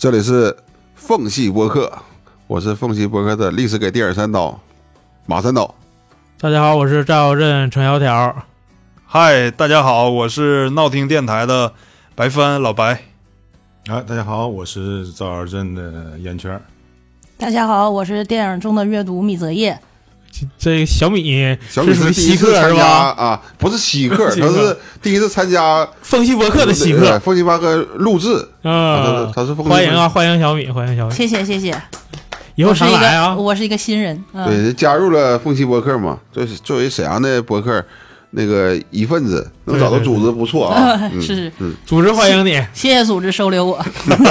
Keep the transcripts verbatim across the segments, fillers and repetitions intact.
这里是缝隙播客，我是缝隙播客的历史给第二三刀马三刀。 大家好，我是赵耀镇程小条。 嗨，大家好，我是闹听电台的白帆老白。 啊，大家好，我是赵耀镇的烟圈。 大家好，我是电影中的阅读米泽叶。 这个小米小米是第一次参加啊，不是稀客，他是第一次参加缝隙播客的稀客， 缝隙播客录制啊， 他是欢迎啊，欢迎小米，欢迎小米， 谢谢谢谢， 以后常来啊。 我是一个新人， 嗯、对，加入了缝隙播客嘛，就是作为沈阳的播客那个一份子，能找到组织不错啊， 对对对嗯、是是， 嗯， 组织欢迎你， 谢谢组织收留我。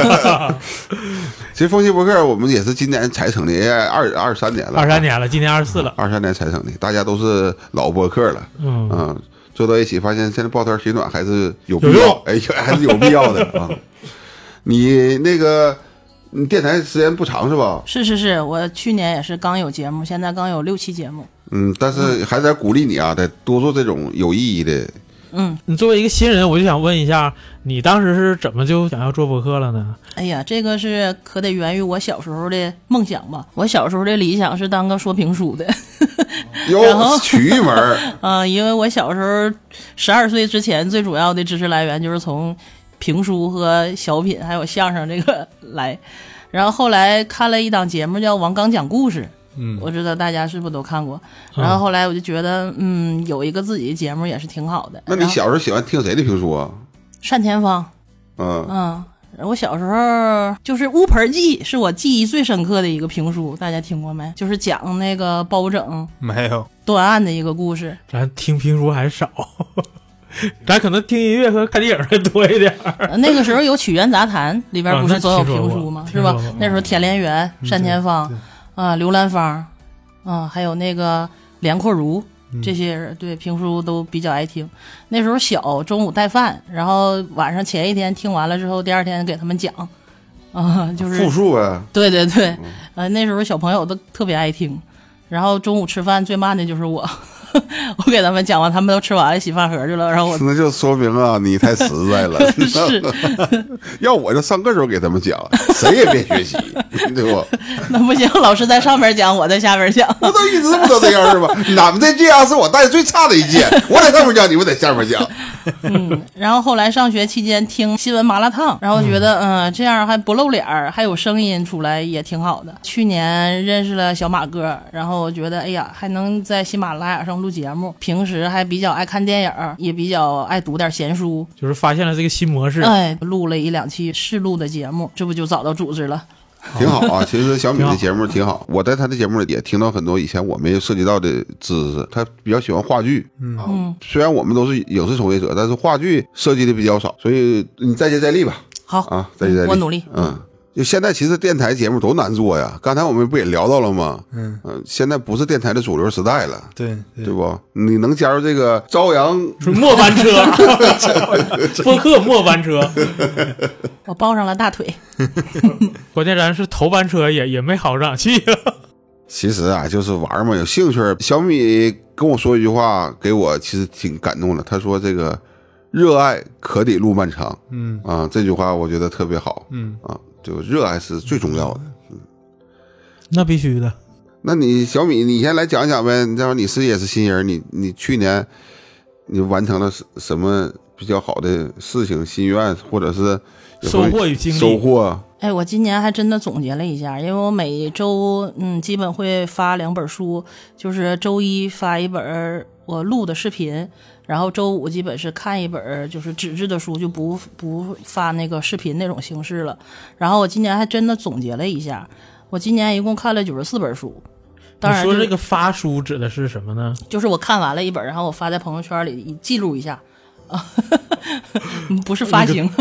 其实缝隙播客我们也是今年才成立，二二三年了， 二三年了，今年二十四了， 二三年才成立，大家都是老播客了，嗯嗯，坐到一起发现现在抱团取暖还是有必要，哎，还是有必要的啊。你那个你电台时间不长是吧？ 是是是，我去年也是刚有节目，现在刚有六期节目。 嗯，但是还得鼓励你啊，得多做这种有意义的。 嗯， 你作为一个新人，我就想问一下，你当时是怎么就想要做播客了呢？ 哎呀，这个是可得源于我小时候的梦想吧。我小时候的理想是当个说评书的。 哟，曲艺门啊、呃，因为我小时候十二岁之前，最主要的知识来源就是从评书和小品还有相声这个来。然后后来看了一档节目叫王刚讲故事。嗯，我知道大家是不是都看过，然后后来我就觉得，嗯，有一个自己的节目也是挺好的。 那你小时候喜欢听谁的评书啊？ 单田芳。 嗯嗯，我小时候就是《乌盆记》是我记忆最深刻的一个评书，大家听过没？就是讲那个包拯没有断案的一个故事。 咱听评书还少，咱可能听音乐和看电影还多一点。 那个时候有《曲苑杂谈》，里边不是总有评书吗？ 啊、 是吧？那时候田连元、单田芳。啊，刘兰芳，啊，还有那个连阔如，这些人、嗯、对评书都比较爱听。那时候小，中午带饭，然后晚上前一天听完了之后，第二天给他们讲，啊，就是复述呗。 对对对，呃，那时候小朋友都特别爱听。然后中午吃饭最慢的就是我，我给他们讲完，他们都吃完了，洗饭盒去了。然后我那就说明啊，你太实在了。 是， 要我就上课时候给他们讲，谁也别学习，对吧？ 那不行，老师在上面讲，我在下面讲。 不都一直不都这样是吧？俺们这届啊是我带的最差的一届，我在上面讲，你们在下面讲。 嗯，然后后来上学期间听新闻麻辣烫，然后觉得嗯、呃、这样还不露脸，还有声音出来也挺好的。去年认识了小马哥，然后我觉得哎呀还能在喜马拉雅上录节目，平时还比较爱看电影，也比较爱读点闲书， 就是发现了这个新模式。 哎，录了一两期试录的节目，这不就找到组织了。 挺好啊，其实小米的节目挺好，我在他的节目里也听到很多以前我没有涉及到的知识。他比较喜欢话剧，嗯，虽然我们都是影视从业者，但是话剧涉及的比较少，所以你再接再厉吧。 好啊，再接再厉， 我努力。 嗯，就现在其实电台节目多难做呀，刚才我们不也聊到了吗？嗯嗯、呃，现在不是电台的主流时代了， 对 对, 对不？你能加入这个朝阳末班车，播客末班车。 我抱上了大腿。 关键咱是头班车也也没好上去啊。 其实啊，就是玩嘛，有兴趣。小米跟我说一句话，给我其实挺感动的。他说：“这个热爱可抵路漫长。”嗯啊，这句话我觉得特别好。嗯啊，就热爱是最重要的。嗯， 那必须的。 那你小米，你先来讲讲呗。你这你是也是新人，你你去年你完成了什么比较好的事情、心愿，或者是收获与经历？ 收获。 哎，我今年还真的总结了一下，因为我每周嗯基本会发两本书，就是周一发一本我录的视频，然后周五基本是看一本就是纸质的书，就不不发那个视频那种形式了。然后我今年还真的总结了一下，我今年一共看了九十四本书。当然， 你说这个发书指的是什么呢？ 就是我看完了一本，然后我发在朋友圈里记录一下啊，不是发行。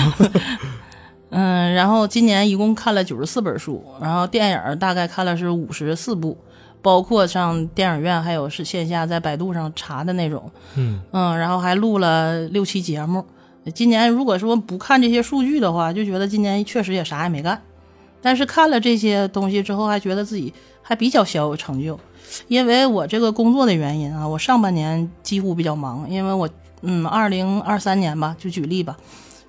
嗯，然后今年一共看了九十四本书，然后电影大概看了是五十四部，包括上电影院还有是线下在百度上查的那种。嗯嗯，然后还录了六期节目。今年如果说不看这些数据的话，就觉得今年确实也啥也没干。但是看了这些东西之后，还觉得自己还比较小有成就。因为我这个工作的原因啊，我上半年几乎比较忙，因为我嗯，二零二三年吧，就举例吧。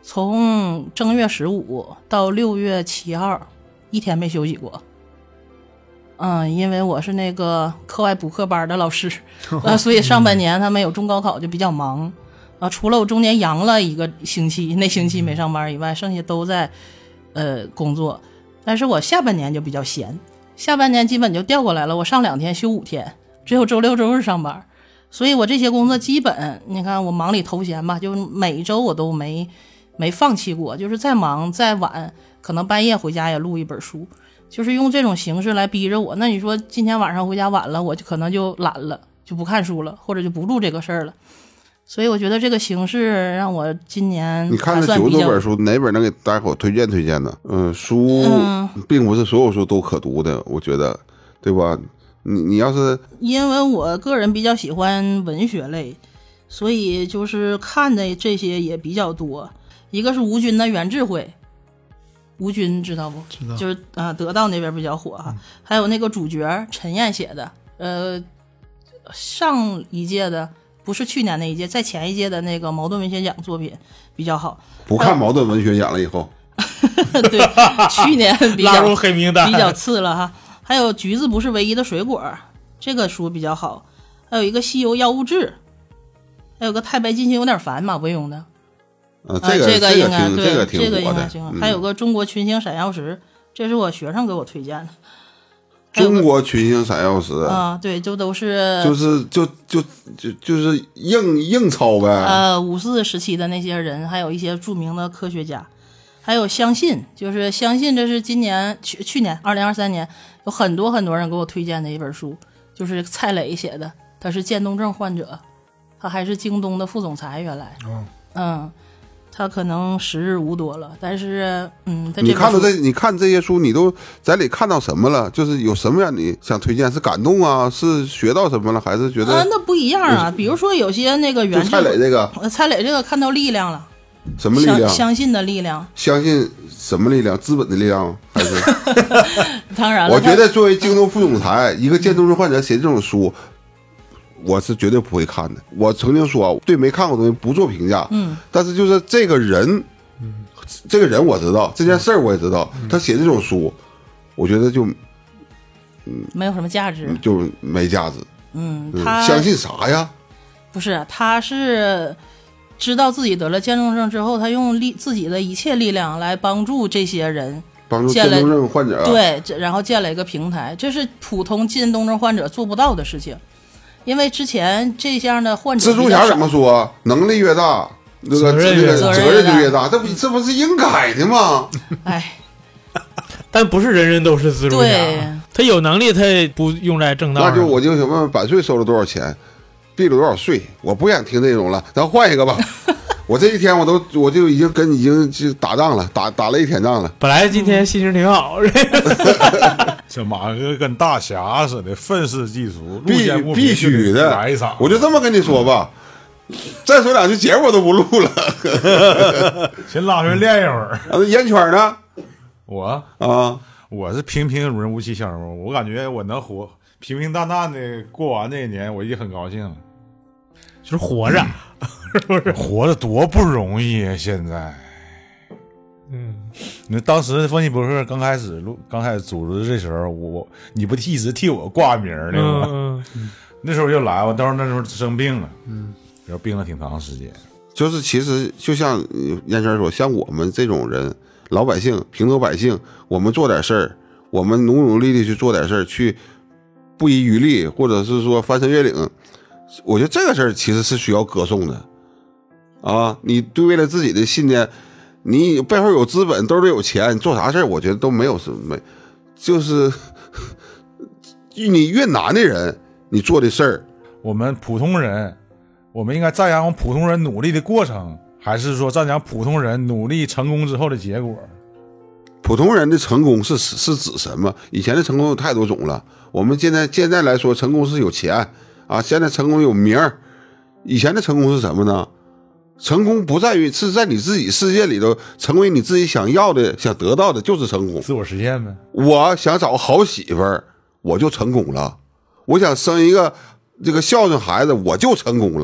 从正月十五到六月七号，一天没休息过。嗯，因为我是那个课外补课班的老师，呃，所以上半年他们有中高考就比较忙。啊，除了我中间阳了一个星期，那星期没上班以外，剩下都在呃工作。但是我下半年就比较闲，下半年基本就调过来了，我上两天休五天，只有周六周日上班。所以我这些工作基本你看我忙里偷闲吧，就每周我都没没放弃过，就是再忙再晚，可能半夜回家也录一本书，就是用这种形式来逼着我。那你说今天晚上回家晚了，我就可能就懒了，就不看书了，或者就不录这个事儿了。所以我觉得这个形式让我今年你看这九十多本书，哪本能给大伙推荐推荐呢？嗯，书并不是所有书都可读的，我觉得，对吧？你你要是因为我个人比较喜欢文学类，所以就是看的这些也比较多。一个是吴军的《原智慧》，吴军知道不？ 知道， 就是啊、呃，得到那边比较火哈、嗯。还有那个主角陈燕写的，呃，上一届的不是去年那一届，在前一届的那个茅盾文学奖作品比较好。 不看茅盾文学奖了以后， 对，去年比较拉入黑名单， 比较次了哈。还有橘子不是唯一的水果，这个书比较好。还有一个西游药物志，还有个太白金星有点烦，马伯庸的。 啊，这个、 啊、这个应该这个挺对， 这个挺这个应火的。 该挺好。还有个中国群星闪耀时，这是我学生给我推荐的。 中国群星闪耀时啊，对，就都是就是就就就就是硬硬抄呗。 呃，五四时期的那些人，还有一些著名的科学家。还有相信，就是相信，这是今年去去年二零二三年有很多很多人给我推荐的一本书，就是蔡磊写的，他是渐冻症患者，他还是京东的副总裁原来， 哦、 嗯，他可能时日无多了，但是嗯， 你看到这你看这些书，你都在里看到什么了？就是有什么让你想推荐？是感动啊？是学到什么了？还是觉得啊？那不一样啊！比如说有些那个原蔡磊这个， 蔡磊这个看到力量了。 什么力量？ 相信的力量。 相信什么力量？资本的力量还是？ 当然了， 我觉得作为京东副总裁，一个渐冻症患者写这种书，我是绝对不会看的。我曾经说，对没看过的东西不做评价。 嗯。 但是就是这个人，嗯，这个人我知道，这件事儿我也知道，嗯、他写这种书，我觉得就， 嗯，没有什么价值， 就没价值。 嗯，他相信啥呀？ 不是，他是。知道自己得了渐冻症之后，他用力自己的一切力量来帮助这些人， 帮助渐冻症患者。 对，然后建了一个平台，这是普通渐冻症患者做不到的事情。因为之前这样的患者， 蜘蛛侠怎么说？能力越大，那个这个责任就越大，这不这不是应该的吗？ 哎， 但不是人人都是蜘蛛侠，他有能力，他也不用在正道上。 那就我就想问问，百岁收了多少钱？闭了多少岁？我不想听这种了，咱换一个吧。我这一天我都我就已经跟已经就打仗了，打打了一天仗了。 本来今天心情挺好， 这马哥跟大侠似的，愤世嫉俗， 必必须的来一场。 我就这么跟你说吧，再说两句节目我都不录了。 先拉出来练一会儿。 啊，烟圈呢？ 我啊， 我是平平如人无奇小人物，我感觉我能活。平平淡淡的过完这一年，我已经很高兴了， 就是活着，是不是？ 活着多不容易啊！现在，嗯，你当时分析博客刚开始录、刚开始组织这时候，我你不一直替我挂名呢吗？ 嗯嗯、 那时候就来，我当时那时候生病了，嗯，然后病了挺长时间。 就是其实就像燕圈说，像我们这种人，老百姓、平头百姓，我们做点事儿，我们努努力力去做点事儿，去。不遗余力，或者是说翻山越岭，我觉得这个事儿其实是需要歌颂的啊！你对为了自己的信念，你背后有资本，兜里有钱，做啥事儿，我觉得都没有什么，就是你越难的人，你做的事儿， 我们普通人，我们应该赞扬普通人努力的过程，还是说赞扬普通人努力成功之后的结果？ 普通人的成功是是指什么？以前的成功有太多种了。我们现在现在来说，成功是有钱啊，现在成功有名儿。以前的成功是什么呢？成功不在于是在你自己世界里头成为你自己想要的、想得到的，就是成功。 自我实现呗。 我想找个好媳妇儿，我就成功了；我想生一个这个孝顺孩子，我就成功了。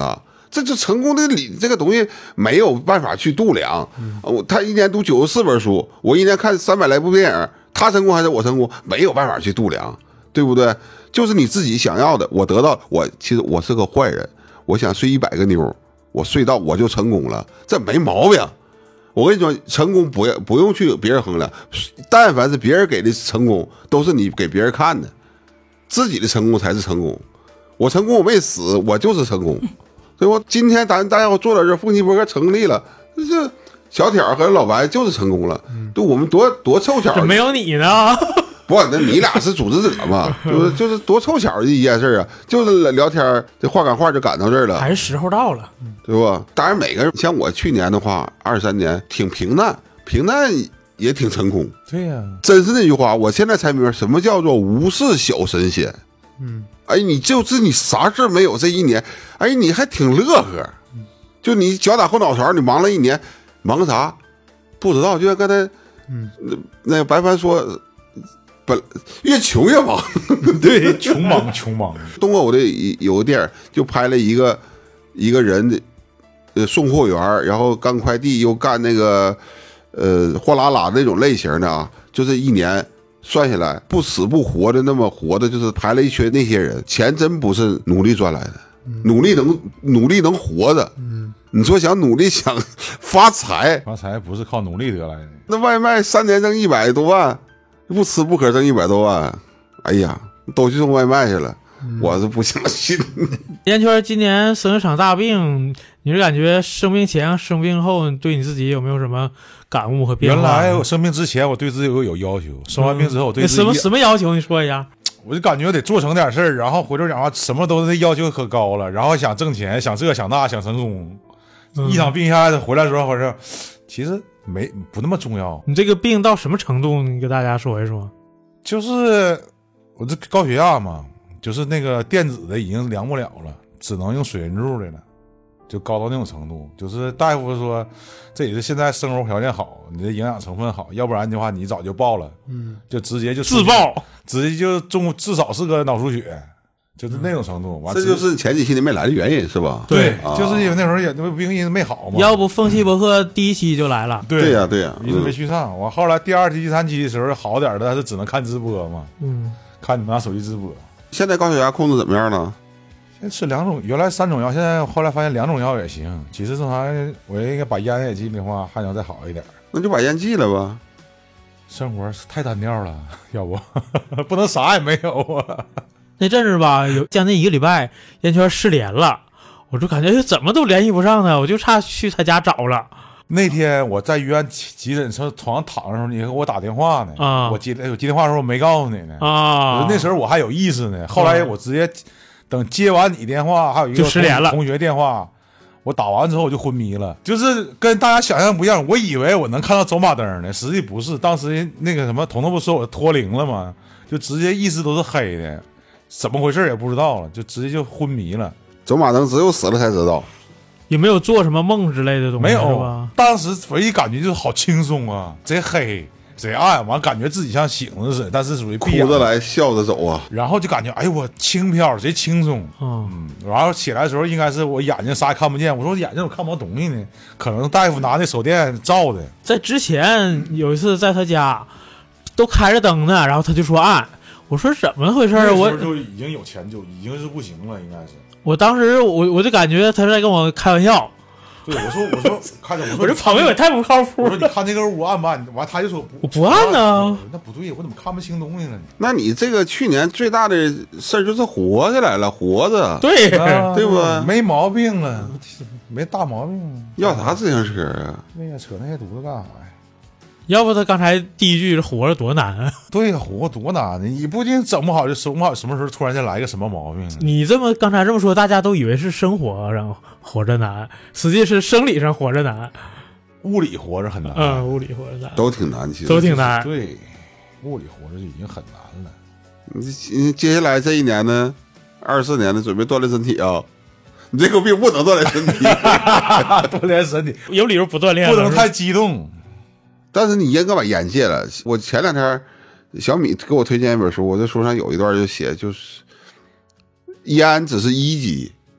这就成功的理这个东西没有办法去度量。嗯、他一年读九十四本书，我一年看三百来部电影，他成功还是我成功，没有办法去度量，对不对？就是你自己想要的，我得到，我其实我是个坏人，我想睡一百个妞，我睡到我就成功了，这没毛病。我跟你说，成功不要不用去别人衡量，但凡是别人给的成功，都是你给别人看的，自己的成功才是成功。我成功，我没死，我就是成功。所以我今天咱大家伙坐在这，凤奇博客成立了，这小挑和老白就是成功了。对我们多多凑巧， 没有你呢。 不，那你俩是组织者嘛，就是就是多凑巧的一件事啊，就是聊天，这话赶话就赶到这儿了， 还是时候到了， 对吧？当然，每个人像我去年的话，二三年挺平淡，平淡也挺成功。 对呀、啊， 真是那句话，我现在才明白什么叫做无事小神仙。 嗯， 哎，你就是你啥事没有，这一年，哎，你还挺乐呵。就你脚打后脑勺，你忙了一年，忙啥不知道？就像刚才，嗯，那那个白帆说。本越穷越忙， 对，穷忙穷忙。 东欧的有个电影就拍了一个一个人，呃，送货员，然后干快递又干那个呃货拉拉那种类型的啊，就是一年算下来不死不活的那么活的，就是拍了一圈那些人，钱真不是努力赚来的，嗯、努力能努力能活的。嗯，你说想努力想发财， 发财不是靠努力得来的。 那外卖三年挣一百多万。不吃不喝挣一百多万，哎呀，都去送外卖去了，嗯、我是不相信。 烟圈今年生一场大病，你是感觉生病前、生病后，对你自己有没有什么感悟和变化？ 原来我生病之前，我对自己有有要求；生完病之后，我对自己、 嗯、什么什么要求？你说一下。 我就感觉得做成点事儿，然后回头讲话什么都是要求可高了，然后想挣钱，想这想那，想成功。嗯、一场病下来回来之后，好像其实。没不那么重要。 你这个病到什么程度？你给大家说一说。 就是我这高血压嘛，就是那个电子的已经量不了了，只能用水银柱的了，就高到那种程度。就是大夫说，这也是现在生活条件好，你的营养成分好，要不然的话你早就爆了，嗯，就直接就自爆， 直接就中，至少是个脑出血。就是那种程度，完这就是前几期你没来的原因是吧？ 对，啊、就是因为那时候也病因没好嘛。 要不凤奇博客第一期就来了。 对呀、啊、对呀、啊， 一直没去上。我、嗯、后来第二期、第三期的时候好点的，但是只能看直播嘛。嗯，看你们拿手机直播。 现在高血压控制怎么样呢？ 现在吃两种，原来三种药，现在后来发现两种药也行。其实正常，我应该把烟也禁的话，还能再好一点。 那就把烟戒了吧。 生活太单调了，要不不能啥也没有啊。 那阵子吧，有将近一个礼拜，烟圈失联了，我就感觉怎么都联系不上他，我就差去他家找了。 那天我在医院急诊车床上躺的时候，你给我打电话呢，啊，我接我接电话的时候我没告诉你呢，啊，那时候我还有意思呢，后来我直接等接完你电话，还有一个就失联了同学电话，我打完之后我就昏迷了，就是跟大家想象不一样，我以为我能看到走马灯呢，实际不是，当时那个什么彤彤不说我脱灵了吗？就直接意识都是黑的。怎么回事也不知道了，就直接就昏迷了。 走马灯只有死了才知道。 有没有做什么梦之类的东西？ 没有，当时唯一感觉就是好轻松啊，贼黑贼暗，完感觉自己像醒着似的，但是属于哭着来笑着走啊。 然后就感觉哎呦我轻飘，贼轻松。嗯，然后起来的时候应该是我眼睛啥也看不见，我说我眼睛我看不到东西呢，可能大夫拿那手电照的。 在之前有一次在他家都开着灯呢，然后他就说暗。我说怎么回事？我就已经有钱，就已经是不行了，应该是。 我当时我我就感觉他是在跟我开玩笑。 对，我说我说看着我说我这朋友也太不靠谱了。 我说你看那个屋暗不暗？完他就说我不暗呢。 那不对，我怎么看不清东西呢？ 那你这个去年最大的事儿就是活下来了，活着。 对， 啊、 对吧？ 没毛病了，没大毛病。 要啥自行车啊？ 对呀，扯那些犊子干啥呀？ 要不他刚才第一句是活着多难啊？ 对呀，活多难呢！你不仅整不好就生不好，什么时候突然间来个什么毛病？ 你这么刚才这么说，大家都以为是生活上活着难，实际是生理上活着难， 物理活着很难。 嗯，物理活着难， 都挺难，其实都挺难。 对，物理活着就已经很难了。 你接下来这一年呢，二四年呢，准备锻炼身体啊。你这个病不能锻炼身体， 锻炼身体有理由不锻炼， 不能太激动。 但是你应该把烟戒了。我前两天小米给我推荐一本书，我这书上有一段就写，就是烟只是一级，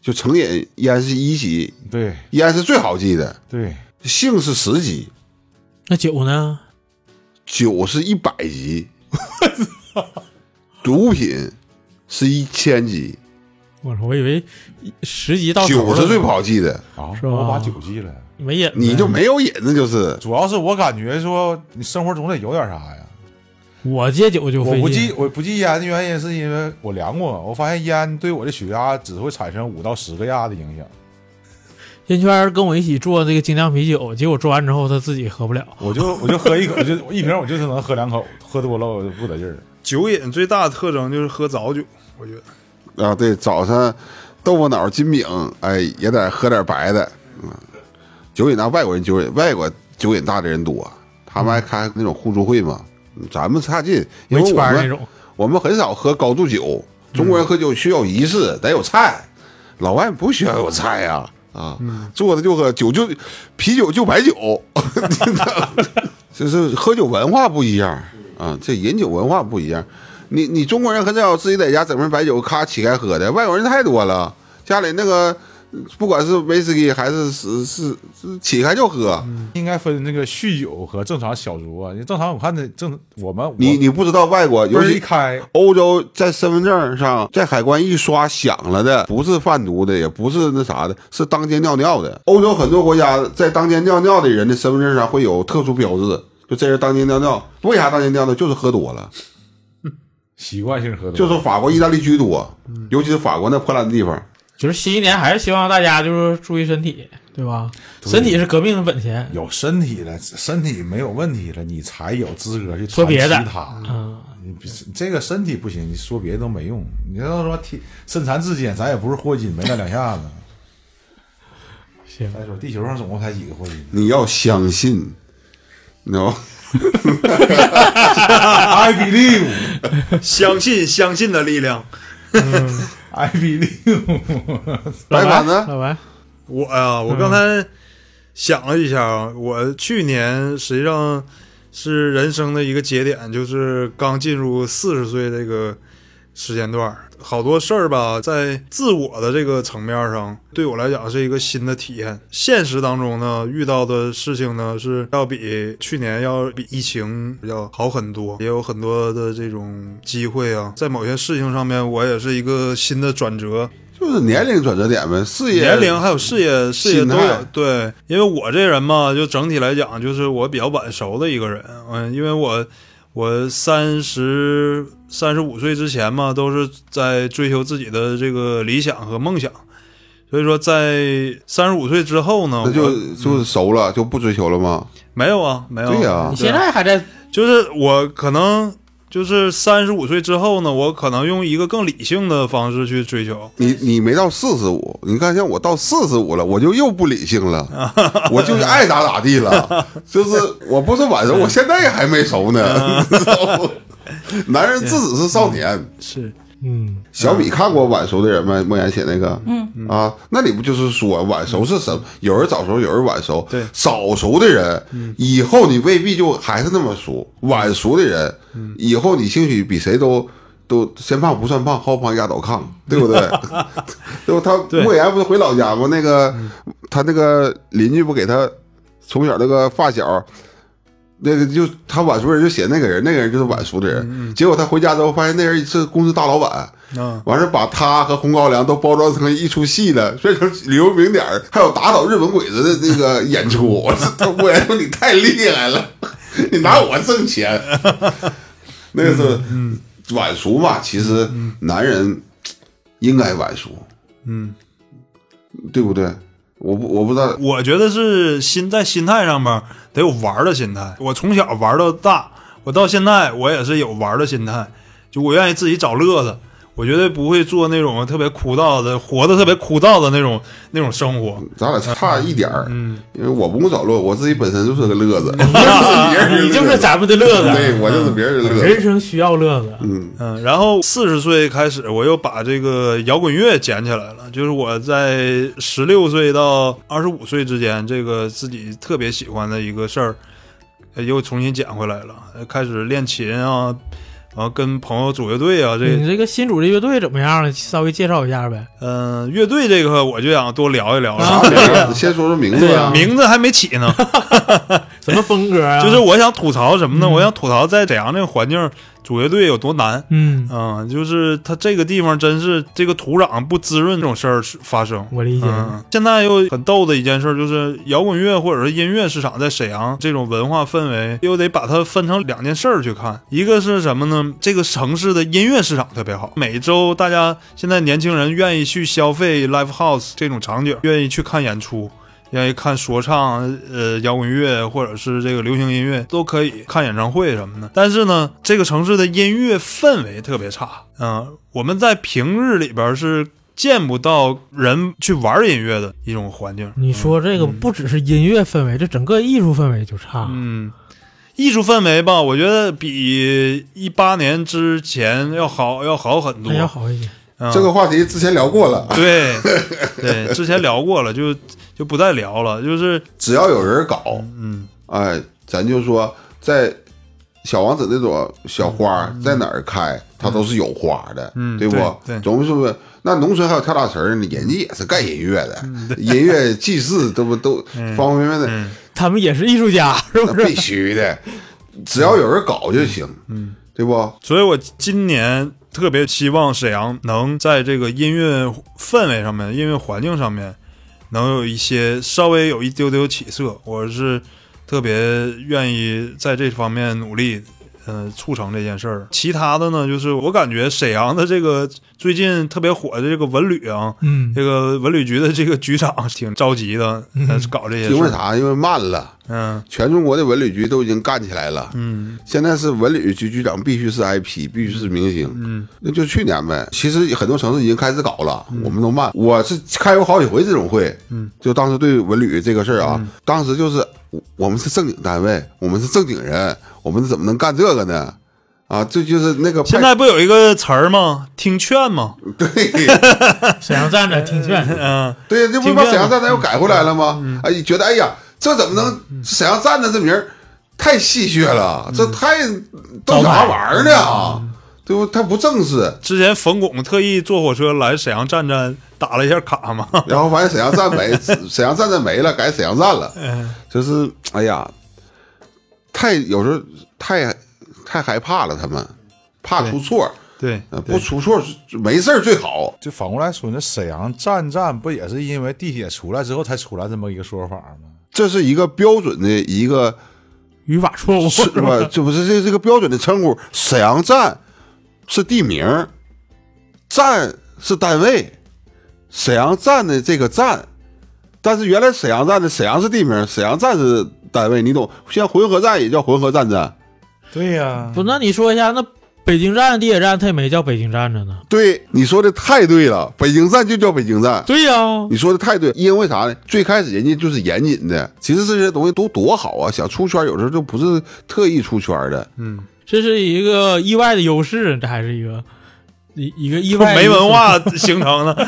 就成瘾烟是一级， 对， 烟是最好记的， 对， 性是十级， 那酒呢？ 酒是一百级，毒品是一千级。 我我以为十级到头酒是最不好记的啊， 是吧？ 我把酒记了， 没瘾， 你就没有瘾，那就是主要是我感觉说你生活总得有点啥呀。 我戒酒就费劲。 我不戒我不戒烟的原因是因为我量过，我发现烟对我的血压只会产生五到十个压的影响。 烟圈跟我一起做这个精酿啤酒，结果做完之后他自己喝不了， 我就我就喝一口，我就一瓶我就只能喝两口，喝多了我就不得劲儿。 酒瘾最大的特征就是喝早酒，我觉得啊，对，早上豆腐脑金饼，哎，也得喝点白的。嗯，酒瘾大，外国人酒瘾，外国酒瘾大的人多，他们还开那种互助会嘛。咱们差劲，因为我们我们很少喝高度酒，中国人喝酒需要仪式，得有菜，老外不需要有菜呀、啊，啊，做的就喝酒就啤酒就白酒，就是喝酒文化不一样啊，这饮酒文化不一样。你你中国人很少自己在家整瓶白酒咔起开喝的，外国人太多了，家里那个不管是威士忌还是是是是起开就喝， 应该分那个酗酒和正常小酌啊。正常我看的正我们你你不知道外国，尤其一开欧洲在身份证上在海关一刷响了的，不是贩毒的，也不是那啥的，是当街尿尿的。欧洲很多国家在当街尿尿的人的身份证上会有特殊标志，就这人当街尿尿，为啥当街尿尿？就是喝多了。 习惯性喝多， 就是法国、意大利居多，尤其是法国那破烂的地方。 就是新一年还是希望大家就是注意身体，对吧？对，身体是革命的本钱。 有身体了，身体没有问题了，你才有资格去说别的。 其他，嗯，你这个身体不行，你说别的都没用。你要说体身残志坚，咱也不是霍金，没那两下子。 行， 再说地球上总共才几个霍金？ 你要相信，你知道吗 ？I believe， 相信相信的力量。 嗯 I believe。 白板呢？ 老白， 我啊，我刚才想了一下啊，我去年实际上是人生的一个节点，就是刚进入四十岁这个时间段，好多事儿吧，在自我的这个层面上，对我来讲是一个新的体验。现实当中呢，遇到的事情呢，是要比去年要比疫情要好很多，也有很多的这种机会啊，在某些事情上面，我也是一个新的转折。 就是年龄转折点呗，事业年龄还有事业，事业都有。对，因为我这人嘛，就整体来讲，就是我比较晚熟的一个人。嗯，因为我我三十三十五岁之前嘛，都是在追求自己的这个理想和梦想。所以说，在三十五岁之后呢， 那就就是熟了，就不追求了吗？ 没有啊，没有。 对呀、啊， 你现在还在， 就是我可能。就是三十五岁之后呢，我可能用一个更理性的方式去追求。 你你没到四十五，你看像我到四十五了，我就又不理性了，我就爱咋咋地了。就是我不是晚熟，我现在还没熟呢。男人自始是少年， 是。 嗯， 小米看过晚熟的人吗？莫言写那个， 嗯啊，那里不就是说晚熟是什么？有人早熟，有人晚熟。 对， 早熟的人，嗯、以后你未必就还是那么熟；晚熟的人，嗯、以后你兴许比谁都都先胖不算胖，后胖压倒炕，对不对？对吧？他莫言不是回老家吗？那个、嗯、他那个邻居不给他从小那个发小。那个就他晚熟人就写那个人，那个人就是晚熟的人。嗯、结果他回家之后发现那人是公司大老板，嗯、完事把他和红高粱都包装成一出戏了，变成旅游景点，还有打倒日本鬼子的那个演出。我说莫言说你太厉害了，你拿我挣钱。那个是嗯晚熟嘛，其实男人应该晚熟，嗯，对不对？我不我不知道， 我觉得是心在心态上面得有玩的心态。我从小玩到大，我到现在我也是有玩的心态，就我愿意自己找乐子，我绝对不会做那种特别枯燥的，活得特别枯燥的那种那种生活。 咱俩差一点儿，嗯，因为我不用找乐，我自己本身就是个乐子， 你就是咱们的乐子， 对我就是别人的乐子。 人生需要乐子， 嗯嗯。然后四十岁开始，我又把这个摇滚乐捡起来了。就是我在十六岁到二十五岁之间，这个自己特别喜欢的一个事儿，又重新捡回来了。开始练琴啊， 然后跟朋友组乐队啊，这你这个新组的乐队怎么样了？稍微介绍一下呗。 嗯、呃，乐队这个我就想多聊一聊了。 啊啊先说说名字啊， 名字还没起呢。 什么风格啊？ 就是我想吐槽什么呢？ 嗯、 我想吐槽在沈阳这个环境组乐队有多难。 嗯嗯，就是它这个地方真是这个土壤不滋润这种事儿发生。 我理解、 嗯。现在又很逗的一件事就是摇滚乐或者是音乐市场在沈阳这种文化氛围，又得把它分成两件事儿去看。一个是什么呢？这个城市的音乐市场特别好，每周大家现在年轻人愿意去消费 live house 这种场景，愿意去看演出。愿意看说唱、呃摇滚乐或者是这个流行音乐都可以，看演唱会什么的。但是呢，这个城市的音乐氛围特别差。嗯、呃，我们在平日里边是见不到人去玩音乐的一种环境。 你说这个不只是音乐氛围，嗯、这整个艺术氛围就差。 嗯，艺术氛围吧，我觉得比一八年之前要好，要好很多， 要好一点。 嗯、 这个话题之前聊过了， 对对，之前聊过了，就就不再聊了。就是只要有人搞， 嗯， 哎，咱就说在小王子那朵小花、嗯、在哪儿开，它都是有花的， 嗯， 对不？ 对，对总是说那农村还有跳大神呢，人家也是干音乐的，嗯、音乐祭祀都不都方方面面的、 嗯嗯， 他们也是艺术家，是不是？ 必须的，只要有人搞就行， 嗯， 对不？ 所以我今年特别希望沈阳能在这个音乐氛围上面、音乐环境上面，能有一些稍微有一丢丢起色。我是特别愿意在这方面努力，呃，促成这件事儿。其他的呢，就是我感觉沈阳的这个最近特别火的这个文旅啊， 嗯， 这个文旅局的这个局长挺着急的，嗯、搞这些事。 因为啥？因为慢了。 嗯， 全中国的文旅局都已经干起来了。 嗯， 现在是文旅局局长必须是 I P， 必须是明星。 嗯， 那就去年呗。其实很多城市已经开始搞了，嗯、我们都慢。我是开过好几回这种会。 嗯， 就当时对文旅这个事儿啊、 嗯， 当时就是我们是正经单位，我们是正经人，我们怎么能干这个呢？啊，这就是那个。 现在不有一个词儿吗？听劝吗？ 对， 沈阳站着听劝。 嗯， 对，这不把沈阳站长又改回来了吗？嗯、哎，觉得哎呀。这怎么能沈阳站的这名儿太戏谑了， 嗯、 这太逗啥玩意儿呢？嗯、对不？他不正式。 之前冯巩特意坐火车来沈阳站站打了一下卡嘛， 然后发现沈阳站没，沈阳站站没了，改沈阳站了。 嗯、 就是哎呀，太有时候太太害怕了，他们怕出错。 对， 呃、不出错没事最好。 就反过来说，那沈阳站站不也是因为地铁出来之后才出来这么一个说法吗？ 这是一个标准的一个语法错误， 是吧？这不是这这个标准的称呼。沈阳站是地名，站是单位，沈阳站的这个站，但是原来沈阳站的沈阳是地名，沈阳站是单位，你懂？现在浑河站也叫浑河站站。 对呀， 不，那你说一下那。北京站地铁站它也没叫北京站着呢。 对，你说的太对了，北京站就叫北京站。 对呀、啊， 你说的太对，因为啥呢？最开始人家就是严谨的，其实这些东西都多好啊，想出圈有时候就不是特意出圈的。 嗯， 这是一个意外的优势，这还是一个一一个意外没文化形成的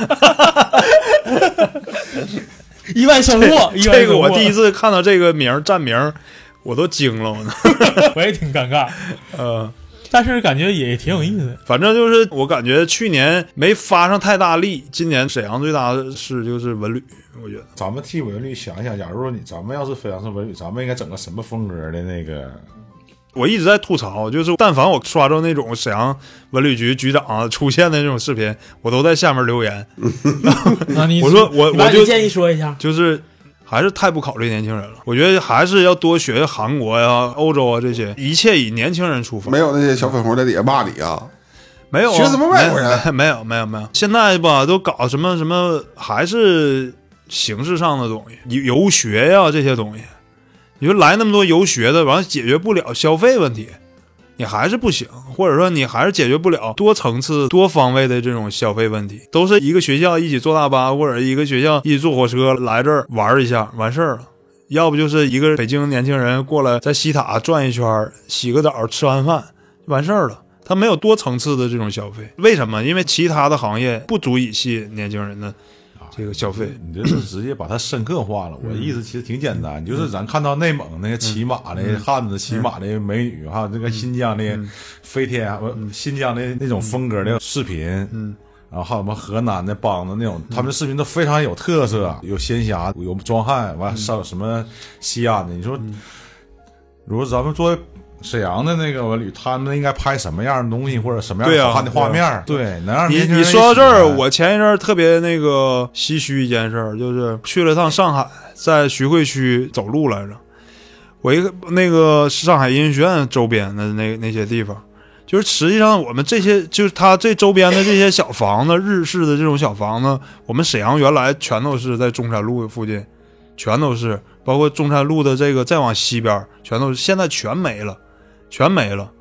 意外收获。 这, 这个我第一次看到这个名站名，我都惊了， 我也挺尴尬。呃。但是感觉也挺有意思的， 反正就是我感觉去年没发上太大力，今年沈阳最大的事就是文旅，我觉得咱们替文旅想一想，假如说你咱们要是非常是文旅，咱们应该整个什么风格的那个？ 我一直在吐槽，就是但凡我刷着那种沈阳文旅局局长、啊、出现的那种视频，我都在下面留言。 啊、你我说我我就建议说一下， 就是。还是太不考虑年轻人了，我觉得还是要多学韩国呀、欧洲啊这些，一切以年轻人出发。 没有那些小粉红在底下骂你啊？ 没有、啊， 学什么外国人？ 没有，没有，没有。现在吧，都搞什么什么，还是形式上的东西，游学呀这些东西。你说来那么多游学的，完了解决不了消费问题。你还是不行，或者说你还是解决不了多层次多方位的这种消费问题，都是一个学校一起坐大巴，或者一个学校一起坐火车来这儿玩一下完事儿了，要不就是一个北京年轻人过来在西塔转一圈，洗个澡吃完饭完事儿了，他没有多层次的这种消费。为什么？因为其他的行业不足以吸引年轻人的这个消费。 你这是直接把它深刻化了。我的意思其实挺简单，就是咱看到内蒙那个骑马的汉子、骑马的美女，还有这个新疆的飞天、新疆的那种风格的视频，嗯。然后还有什么河南的梆子那种，他们的视频都非常有特色，有仙侠，有壮汉，完上有什么西安的。你说，如果咱们作为沈阳的那个文旅，他们应该拍什么样的东西，或者什么样好看的画面？对，对能让你你说到这儿，我前一阵特别那个唏嘘一件事儿，就是去了趟上海，在徐汇区走路来着，我一个那个上海音乐学院周边的那那些地方。就是实际上我们这些就是它这周边的这些小房子，日式的这种小房子，我们沈阳原来全都是在中山路附近，全都是，包括中山路的这个再往西边全都是，现在全没了，全没了。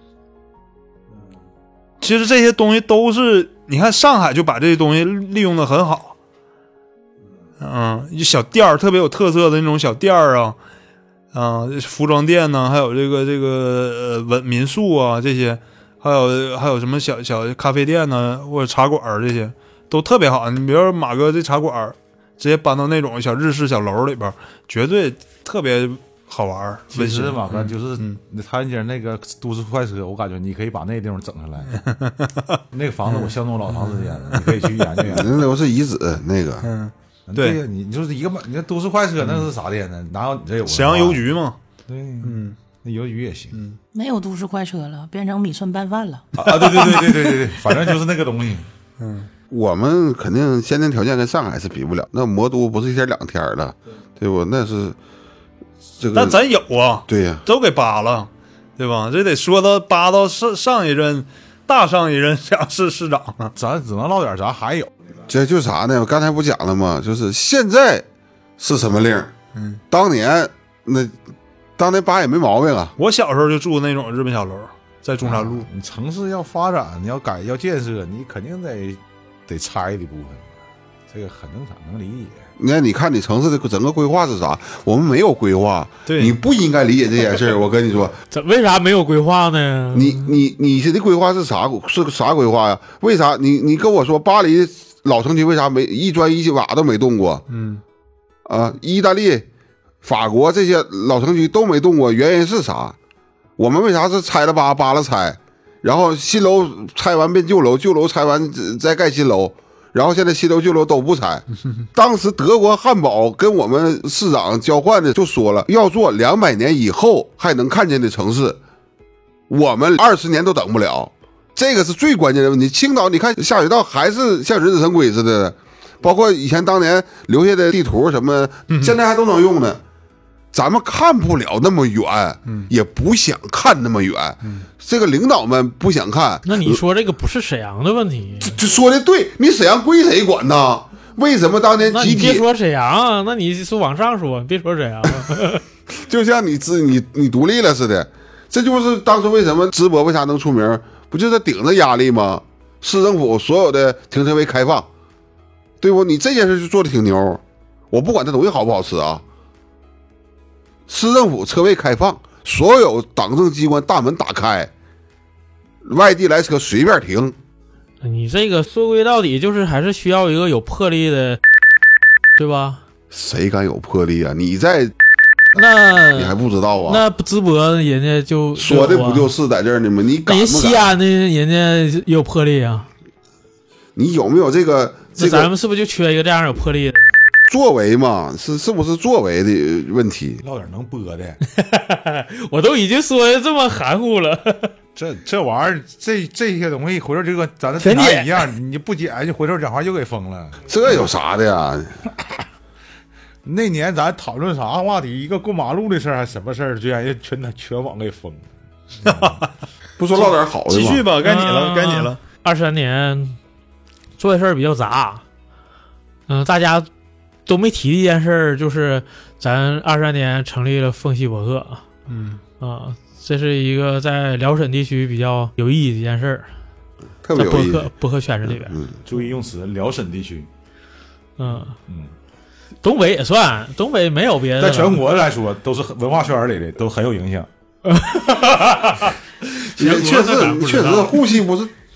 其实这些东西都是，你看上海就把这些东西利用的很好，嗯，小店儿特别有特色的那种小店儿啊。啊，服装店呢，还有这个这个呃文民宿啊，这些，还有还有什么小小咖啡店呢，或者茶馆这些都特别好。你比如说马哥这茶馆，直接搬到那种小日式小楼里边，绝对特别好玩。 其实马哥就是、嗯、唐人街那个都市快车，我感觉你可以把那个地方整下来。那个房子我相中老长时间了，你可以去研究研究。 那都是遗址，那个。 嗯。 对呀，你就是一个你那都市快车，那是啥店呢？哪有你这有沈阳邮局嘛？ 对，嗯，那邮局也行。嗯， 没有都市快车了，变成米村拌饭了。 啊，对对对对对对对，反正就是那个东西。 嗯，我们肯定先天条件跟上海是比不了，那魔都不是一天两天的，对不？那是这个， 但咱有啊， 对呀、啊， 都给扒了，对吧？这得说到扒到上上一任大上一任沈阳市市长啊， 咱只能唠点咱还有。 这就是啥呢？我刚才不讲了吗？就是现在是什么令？嗯，当年那当年扒也没毛病啊。 我小时候就住那种日本小楼，在中山路。 啊、你城市要发展，你要改要建设，你肯定得得拆的部分，这个很正常，能理解。 那你看你城市的整个规划是啥？我们没有规划， 对， 你不应该理解这件事。我跟你说， 这为啥没有规划呢？ 你你你的规划是啥？是个啥规划呀？为啥你你跟我说巴黎老城区为啥没一砖一瓦都没动过？ 嗯， 啊，意大利、法国这些老城区都没动过，原因是啥？我们为啥是拆了扒，扒了拆，然后新楼拆完变旧楼，旧楼拆完再盖新楼，然后现在新楼旧楼都不拆。当时德国汉堡跟我们市长交换的就说了，要做两百年以后还能看见的城市，我们二十年都等不了。这个是最关键的问题。青岛，你看下水道还是像人子神鬼似的，包括以前当年留下的地图什么，现在还都能用呢。咱们看不了那么远，也不想看那么远。这个领导们不想看。 那你说这个不是沈阳的问题？ 就说的对，你沈阳归谁管呢？为什么当年集体？ 那你别说沈阳，那你说往上说，别说沈阳。 就像你自你你独立了似的，这就是当初为什么淄博为啥能出名？不就是顶着压力吗？市政府所有的停车位开放，对不？你这件事就做的挺牛，我不管这东西好不好吃啊。市政府车位开放，所有党政机关大门打开，外地来车随便停。 你这个说归到底，就是还是需要一个有魄力的，对吧？ 谁敢有魄力啊？你在。 那你还不知道啊？ 那淄博人家就说的不就是在这儿呢吗？你敢不敢？ 人西安的人家也有魄力啊。 你有没有这个？这个、 咱们是不是就缺一个这样有魄力的作为嘛？是是不是作为的问题？ 唠点能播的。 我都已经说的这么含糊了。 这这玩意儿，这这些东西回头就跟咱的天天一样，你不解就回头讲话又给封了。 这有啥的呀？ 那年咱讨论啥话题？一个过马路的事儿，还什么事儿？居然全全网给封了。 不说唠点好的吗？ 继续吧，该你了，该你了。 二三年做的事儿比较杂，嗯、呃，大家都没提的一件事儿，就是咱二三年成立了缝隙博客。 嗯啊，这是一个在辽沈地区比较有意义的一件事儿， 特别有意义。 博客博客圈子里边， 嗯，注意用词，辽沈地区。 嗯嗯。东北也算，东北没有别的， 在全国来说都是文化圈里的，都很有影响。 也确实，确实，沪西不是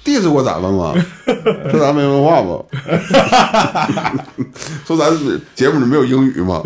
diss 过咱们吗？说咱没文化吗？说咱节目里没有英语吗？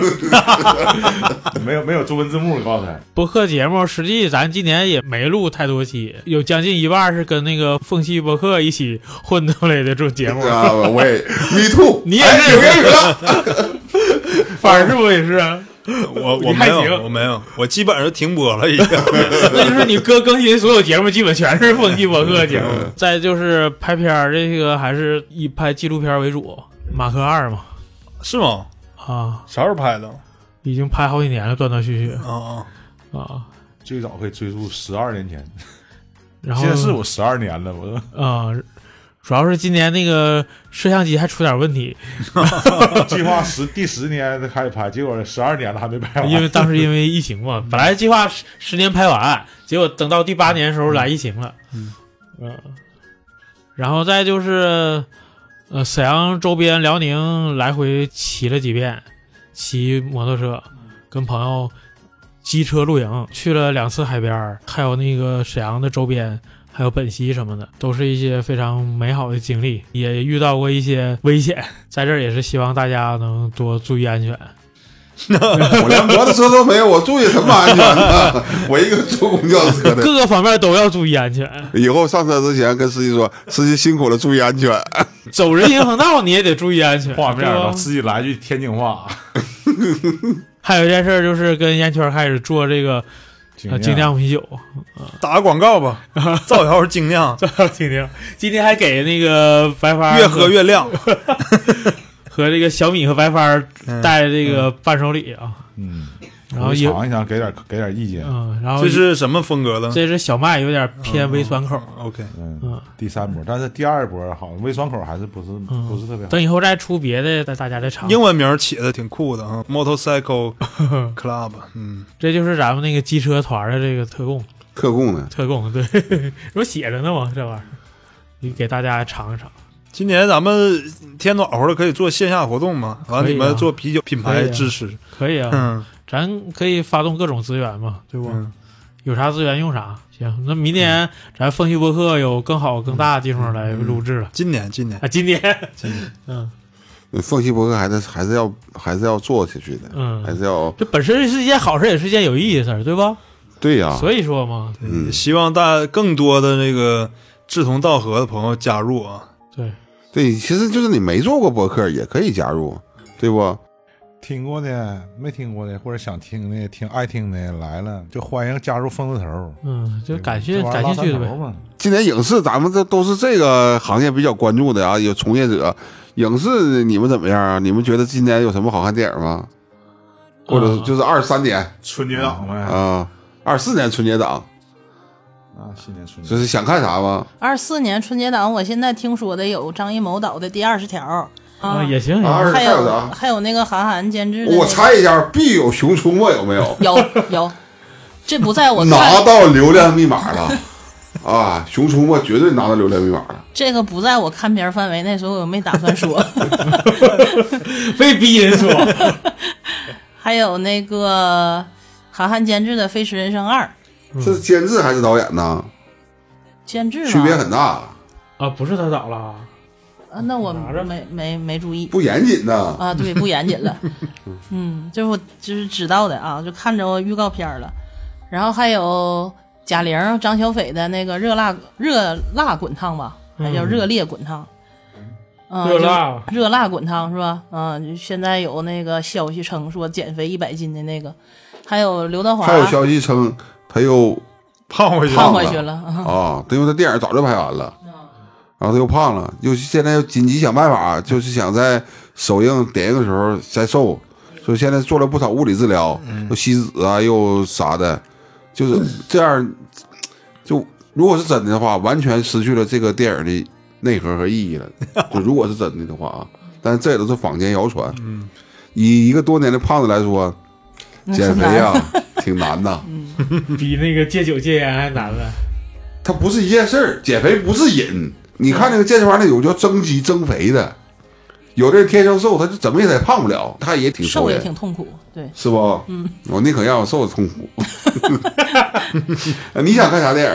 没有没有中文字幕，刚才播客节目实际咱今年也没录太多期，有将近一半是跟那个缝隙播客一起混出来的这种节目。 啊，我也 me too， 你也是有英语了， 反正是我也是啊。 我我没有，我没有，我基本上停播了已经。 那就是你哥更新所有节目，基本全是缝隙播客节目。再就是拍片儿，这个还是以拍纪录片为主，马克二嘛。 是吗？ 啊， 啥时候拍的？ 已经拍好几年了，断断续续。 啊啊啊！ 最早可以追溯十二年前， 然后现在是我十二年了，我啊。主要是今年那个摄像机还出点问题， 计划十第十年开始拍，结果十二年了还没拍完。 因为当时因为疫情嘛，本来计划十年拍完，结果等到第八年的时候来疫情了。嗯嗯、呃，然后再就是呃沈阳周边辽宁来回骑了几遍，骑摩托车，跟朋友机车露营，去了两次海边，还有那个沈阳的周边。还有本溪什么的，都是一些非常美好的经历，也遇到过一些危险，在这儿也是希望大家能多注意安全。 我连摩托车都没有，我注意什么安全呢？我一个坐公交车的， 各个方面都要注意安全。 以后上车之前跟司机说，司机辛苦了，注意安全。 走人行横道你也得注意安全。 画面了，司机来句天津话。 还有一件事就是跟烟圈开始做这个。啊，精酿啤酒，啊、 打个广告吧，造谣是精酿， 造谣精酿。今天还给那个白发越喝越亮， 和这个小米和白发带这个伴手礼啊， 嗯， 然后也尝一尝，给点给点意见， 嗯，然后这是什么风格的？ 这是小麦，有点偏微酸口。 嗯、OK， 嗯嗯，第三波，但是第二波好像微酸口还是不是、嗯、不是特别好。 等以后再出别的，大家再尝。 英文名起的挺酷的啊 ，Motorcycle Club， 嗯， 这就是咱们那个机车团的这个特供， 特供的特供，对，不写着呢吗？这玩意儿，你给大家尝一尝。 今年咱们天暖和了，可以做线下活动吗？完、啊、你们做啤酒品牌支持， 可以啊，嗯，咱可以发动各种资源嘛，对不？嗯、有啥资源用啥。行，那明年咱缝隙播客有更好更大的地方来录制了。 嗯、今年，今年啊，今年， 今年， 嗯， 缝隙播客还是还是要还是要做下去的， 嗯， 还是要。 这本身是一件好事，也是一件有意义的事儿，对吧？ 对呀、啊， 所以说嘛， 嗯，希望大更多的那个志同道合的朋友加入啊。 对， 对，其实就是你没做过播客也可以加入，对不？ 听过的、没听过的，或者想听的、听爱听的来了，就欢迎加入疯子头。 嗯，就感兴感兴趣的呗。 今年影视咱们这都是这个行业比较关注的啊，有从业者。影视你们怎么样啊？你们觉得今年有什么好看电影吗？或者就是二三年、 嗯、春节档呗啊，二四年春节档啊，新年春节就是想看啥吗？ 二四年春节档，我现在听说的有张艺谋导的《第二十条》。 啊，也行， 啊、 还有有还有那个韩寒监制的、那个。 我猜一下，必有《熊出没》有没有？ 有有，这不在我看拿到流量密码了啊！《熊出没》绝对拿到流量密码了。 这个不在我看片范围内，所以我没打算说。 被逼人说。 还有那个韩寒监制的《飞驰人生二》， 这是监制还是导演呢？ 监制区别很大啊！不是他导了。 啊，那我没没没注意， 不严谨的啊，对，不严谨了。嗯，这是我就是知道的啊，就看着预告片了。然后还有贾玲、张小斐的那个热辣热辣滚烫吧，还叫热烈滚烫。嗯， 热辣热辣滚烫是吧？嗯，现在有那个消息称说减肥一百斤的那个，还有刘德华， 还有消息称他又胖回去胖回去了啊，因为他电影早就拍完了。然后他又胖了，又现在又紧急想办法，就是想在首映点映的时候再瘦，所以现在做了不少物理治疗，又吸脂啊，又啥的，就是这样。就如果是真的的话，完全失去了这个电影的内核和意义了。就如果是真的的话啊，但是这也都是坊间谣传。以一个多年的胖子来说，减肥啊挺难的， 比那个戒酒戒烟还难了。 它不是一件事儿，减肥不是瘾。你看那个健身房里有叫增肌增肥的，有的人天生瘦，他就怎么也得胖不了，他也挺瘦也挺痛苦，对， 是不？嗯，我宁可让我瘦的痛苦。你想看啥电影啊？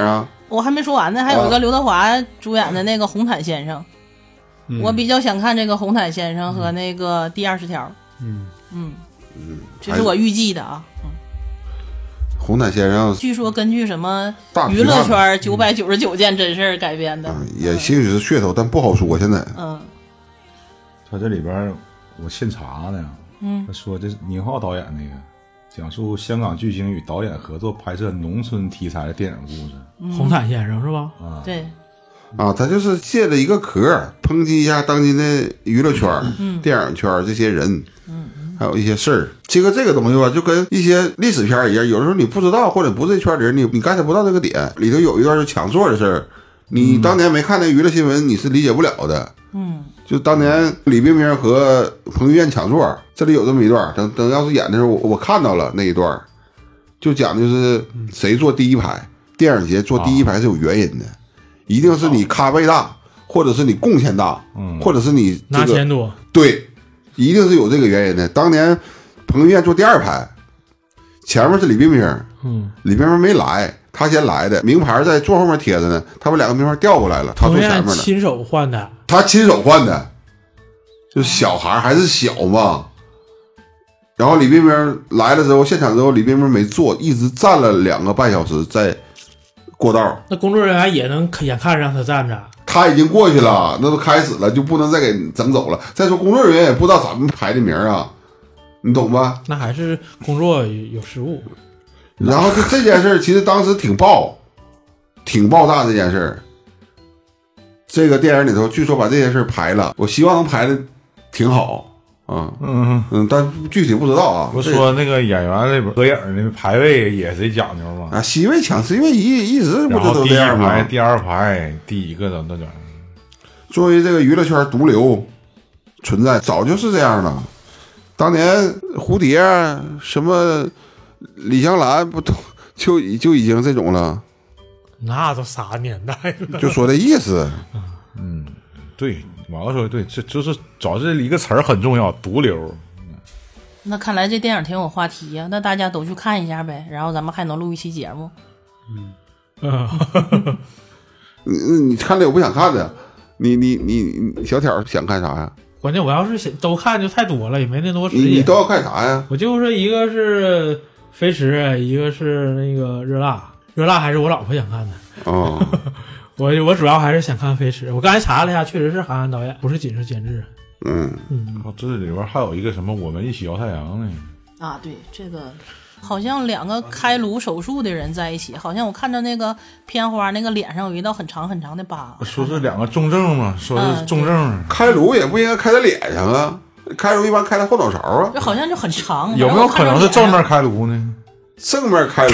我还没说完呢，还有一个刘德华主演的那个《红毯先生》，嗯、我比较想看这个《红毯先生》和那个《第二十条》。 嗯嗯嗯，这是我预计的啊。嗯， 红毯先生据说根据什么娱乐圈九百九十九件真事儿改编的， 嗯、也兴许是噱头，但不好说。现在， 嗯， 他这里边我现查呢，嗯，他说这是宁浩导演那个。讲述香港巨星与导演合作拍摄农村题材的电影故事， 嗯、红毯先生是吧？ 啊，对， 啊，他就是借了一个壳，抨击一下当今的娱乐圈、嗯、电影圈这些人，嗯，还有一些事儿。这个这个东西吧，就跟一些历史片一样，有的时候你不知道或者不是这圈的人，你你 get 不到这个点。里头有一段是抢座的事儿，你当年没看那娱乐新闻，你是理解不了的。嗯。就当年李冰冰和彭于晏抢座，这里有这么一段，等等要是演的时候，我我看到了那一段，就讲就是谁坐第一排，电影节坐第一排是有原因的，一定是你咖位大，或者是你贡献大，或者是你、这个、 拿钱多， 对，一定是有这个原因的。当年彭于晏坐第二排，前面是李冰冰，嗯，李冰冰没来。他先来的，名牌在座后面贴着呢，他把两个名牌调过来了，他坐前面了。 亲手换的， 他亲手换的，就小孩还是小嘛。然后李冰冰来了之后，现场之后，李冰冰没坐，一直站了两个半小时在过道。 那工作人员也能眼看着让他站着， 他已经过去了，那都开始了，就不能再给整走了。再说工作人员也不知道咱们排的名啊，你懂吧？ 那还是工作有失误。 然后就这件事其实当时挺爆，挺爆炸这件事。这个电影里头据说把这件事排了，我希望能排的挺好啊，嗯嗯，但具体不知道啊。 不说那个演员那边合影那排位也是讲究吗？ 啊 ，C 位抢 C 位一一直不就都这样吗？ 第二排第一个都都讲。 作为这个娱乐圈毒瘤存在，早就是这样了。当年蝴蝶什么。李香兰不都就就已经这种了？ 那都啥年代了？ 就说这意思。 嗯，对，马哥说的对，这就是找这一个词儿很重要，毒瘤。 那看来这电影挺有话题呀、啊，那大家都去看一下呗，然后咱们还能录一期节目。 嗯， 你你看了有不想看的？你你你你小挑想看啥呀？ 关键我要是都看就太多了，也没那多时间。 你你都要看啥呀？ 我就是一个是飞驰，一个是那个热辣，热辣还是我老婆想看的。 哦， 我我主要还是想看飞驰。我刚才查了一下，确实是韩寒导演，不是仅是监制。 嗯嗯，这里边还有一个什么我们一起摇太阳呢？ 啊，对，这个好像两个开颅手术的人在一起，好像我看到那个片花，那个脸上有一道很长很长的疤。 说是两个重症嘛，说是重症。 嗯、开颅也不应该开在脸上啊，开颅一般开在后脑勺啊。 这好像就很长。 有没有可能是正面开颅呢？ 正面开颅，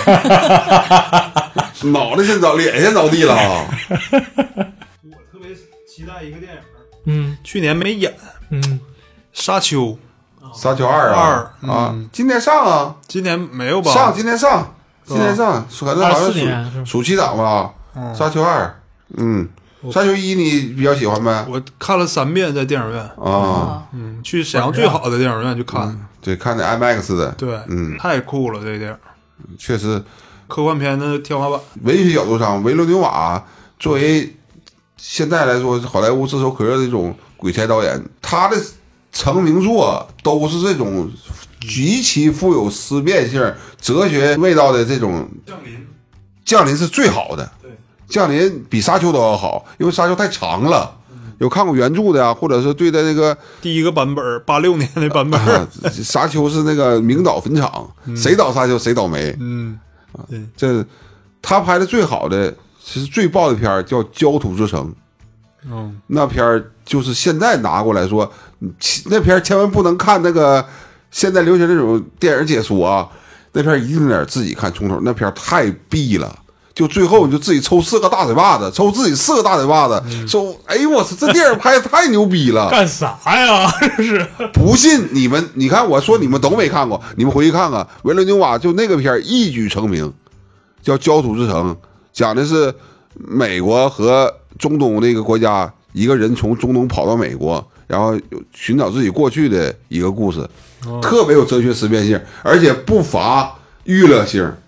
脑袋先着，脸先着地了。 我特别期待一个电影， 嗯， 去年没演， 嗯， 沙丘。 沙丘二啊， 二啊、 嗯， 今年上啊， 今年没有吧？ 上，今年上，今年上，可能好像暑暑期档吧。嗯、沙丘二，嗯，沙丘一你比较喜欢呗？ 我看了三遍，在电影院啊， 嗯，去沈阳最好的电影院去看，嗯、 对，看的 I M A X 的， 对， 嗯， 太酷了，这个电影确实， 科幻片的天花板。 文学角度上，维伦纽瓦作为现在来说好莱坞炙手可热的这种鬼才导演，他的成名作都是这种极其富有思辨性、哲学味道的这种。 降临， 降临是最好的。对，降临比沙丘都要好，因为沙丘太长了。嗯、有看过原著的呀、啊，或者是对待那个第一个版本，八六年的版本。 啊、沙丘是那个明岛坟场，嗯、谁倒沙丘谁倒霉。 嗯， 啊，这他拍的最好的，其实最爆的片叫《焦土之城》。 嗯， 那片儿就是现在拿过来说，那片儿千万不能看那个现在流行这种电影解说啊，那片儿一定得自己看从头，那片儿太逼了，就最后你就自己抽四个大嘴巴子，抽自己四个大嘴巴子，嗯、说哎呦我操，这电影拍的太牛逼了， 干啥呀？这是不信你们，你看我说你们都没看过，你们回去看看，维伦纽瓦就那个片儿一举成名，叫《焦土之城》，讲的是美国和中东那个国家，一个人从中东跑到美国，然后寻找自己过去的一个故事，哦、特别有哲学思辨性，而且不乏娱乐性，嗯，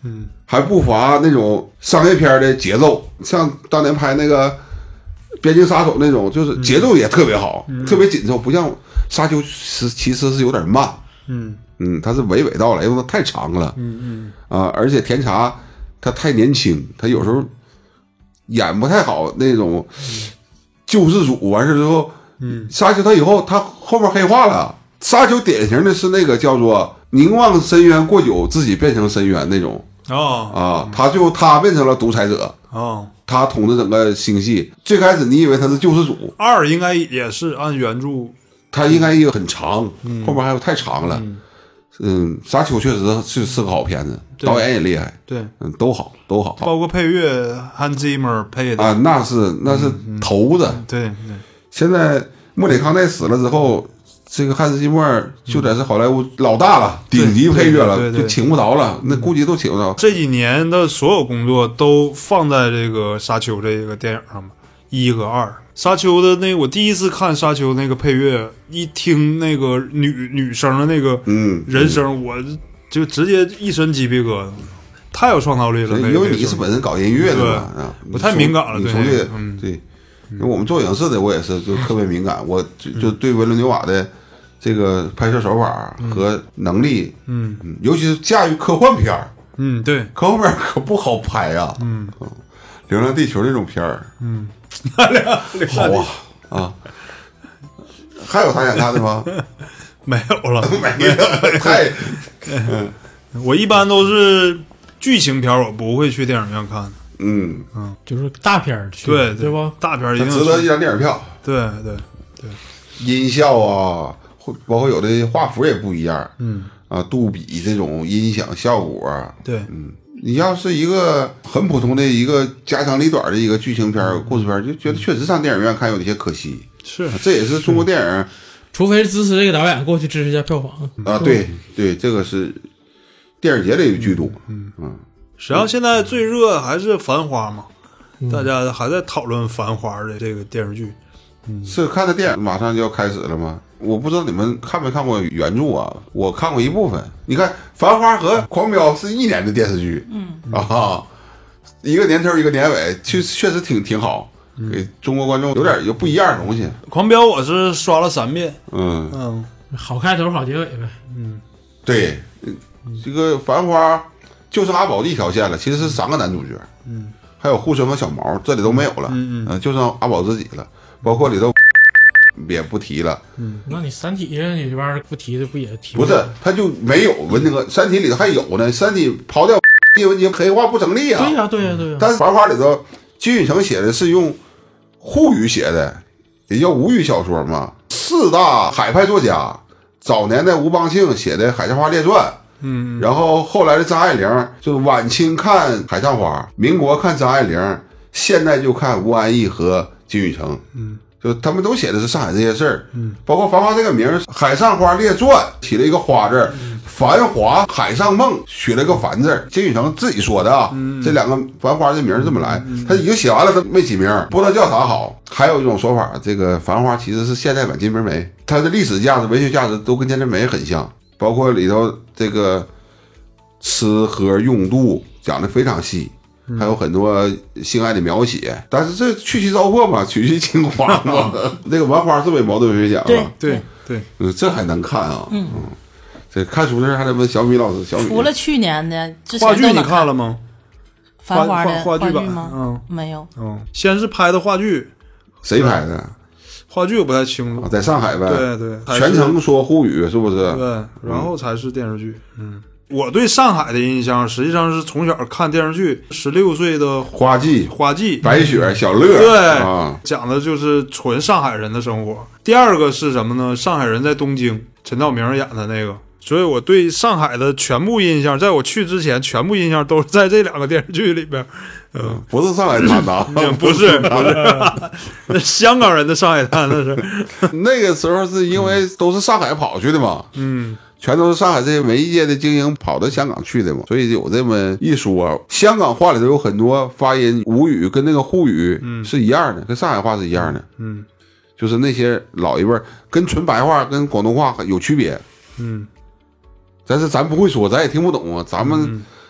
还不乏那种商业片的节奏，像当年拍那个《边境杀手》那种，就是节奏也特别好，嗯、特别紧凑，不像《沙丘》是其实是有点慢。 嗯嗯，它是娓娓道来，因为它太长了。 嗯嗯啊，而且甜茶他太年轻，他有时候演不太好那种救世主，完事之后。嗯，沙丘他以后他后面黑化了。沙丘典型的是那个叫做凝望深渊过久，自己变成深渊那种哦啊，他最后他变成了独裁者哦， 他统治整个星系。最开始你以为他是救世主， 二应该也是按原著， 他应该也很长， 嗯、 后面还有太长了。嗯，嗯沙丘确实是是个好片子，导演也厉害， 对， 嗯，都好都好， 包括配乐 Hans Zimmer 配的啊，那是那是头子， 嗯、对对。 现在莫里康内死了之后，这个汉斯季默就得是好莱坞老大了，顶级配乐了，就请不着了，那估计都请不着。 这几年的所有工作都放在这个《沙丘》这个电影上吧，一和二。沙丘的那个，我第一次看沙丘那个配乐，一听那个女女生的那个嗯人声，嗯、我就直接一身鸡皮疙瘩，太有创造力了。 因为你是本身搞音乐的嘛，啊， 我太敏感了， 对，对，嗯，对。因为我们做影视的，我也是就特别敏感，我就就对维伦纽瓦的这个拍摄手法和能力， 嗯嗯，尤其是驾驭科幻片儿， 嗯，对， 科幻片可不好拍啊， 嗯， 流浪地球这种片儿， 嗯， 好啊啊，还有他想看的吗？ 没有了， 没了，太， 嗯，我一般都是剧情片，我不会去电影院看的。 嗯嗯，就是大片儿去， 对对不？ 大片儿一定值得一张电影票。 对对对， 音效啊，包括有的画幅也不一样。 嗯啊，杜比这种音响效果啊， 对， 嗯，你要是一个很普通的一个家长里短的一个剧情片、嗯、故事片，就觉得确实上电影院看有些可惜。 是， 这也是中国电影， 除非支持这个导演过去支持一下票房啊。对对，这个是电影节的一个剧度。嗯嗯。 实际上现在最热还是《繁花》嘛，嗯、大家还在讨论《繁花》的这个电视剧。 嗯，是看的电影马上就要开始了吗？我不知道你们看没看过原著啊？我看过一部分。你看《繁花》和《狂飙》是一年的电视剧， 嗯啊，一个年头一个年尾，确确实挺挺好，给中国观众有点有不一样的东西。 《狂飙》我是刷了三遍， 嗯嗯， 好开头好结尾呗。 嗯， 对，这个《繁花》。就剩阿宝一条线了，其实是三个男主角， 嗯， 还有护生和小毛，这里都没有了， 嗯嗯、 呃，就剩阿宝自己了，包括里头也不提了， 嗯，那你三体你这玩意儿不提的不也提？ 不是，他就没有文那个三体里头还有呢，三体刨掉叶文洁黑化不成立啊， 对呀、啊、对呀、啊、对呀、啊， 但是繁花里头金宇澄写的是用沪语写的，也叫吴语小说嘛，四大海派作家，早年的吴邦庆写的《海上花列传》。 嗯， 然后后来的张爱玲，就是晚清看海上花，民国看张爱玲，现在就看吴安忆和金宇澄。 嗯， 就他们都写的是上海这些事儿。 嗯， 包括《繁花》这个名儿，《海上花列传》起了一个花字，嗯、繁华海上梦取了个繁字。金宇澄自己说的啊， 嗯、 这两个繁花这名儿这么来， 嗯、 他已经写完了，他没起名，不知道叫啥好。还有一种说法，这个繁花其实是现代版金瓶梅，它的历史价值、文学价值都跟金瓶梅很像。包括里头这个吃喝用度讲的非常细，还有很多性爱的描写，但是这去其糟粕嘛，取其精华嘛。那个玩花是被茅盾文学奖对了， 对对， 嗯，这还能看啊？ 嗯， 嗯这看书的还得问小米老师。小米除了去年的，之前话剧你都能看了吗？ 繁花的话剧版吗？ 嗯， 没有。 嗯，先是拍的话剧， 谁拍的？ 话剧我不太清楚， 啊、在上海呗。 对对， 全程说沪语是不是？ 对，然后才是电视剧。嗯，我对上海的印象实际上是从小看电视剧，十六岁的花季、 花季、 白雪、小乐， 对， 啊， 讲的就是纯上海人的生活。第二个是什么呢？上海人在东京，陈道明演的那个。所以我对上海的全部印象，在我去之前，全部印象都是在这两个电视剧里边。嗯， 不是上海滩呐， 不是，不是，那香港人的上海滩那是。 那个时候是因为都是上海跑去的嘛， 嗯， 全都是上海这些文艺界的精英跑到香港去的嘛，所以有这么一说。香港话里头有很多发音，吴语跟那个沪语是一样的，跟上海话是一样的。 嗯， 就是那些老一辈跟纯白话跟广东话有区别。 嗯。 但是咱不会说，咱也听不懂啊。咱们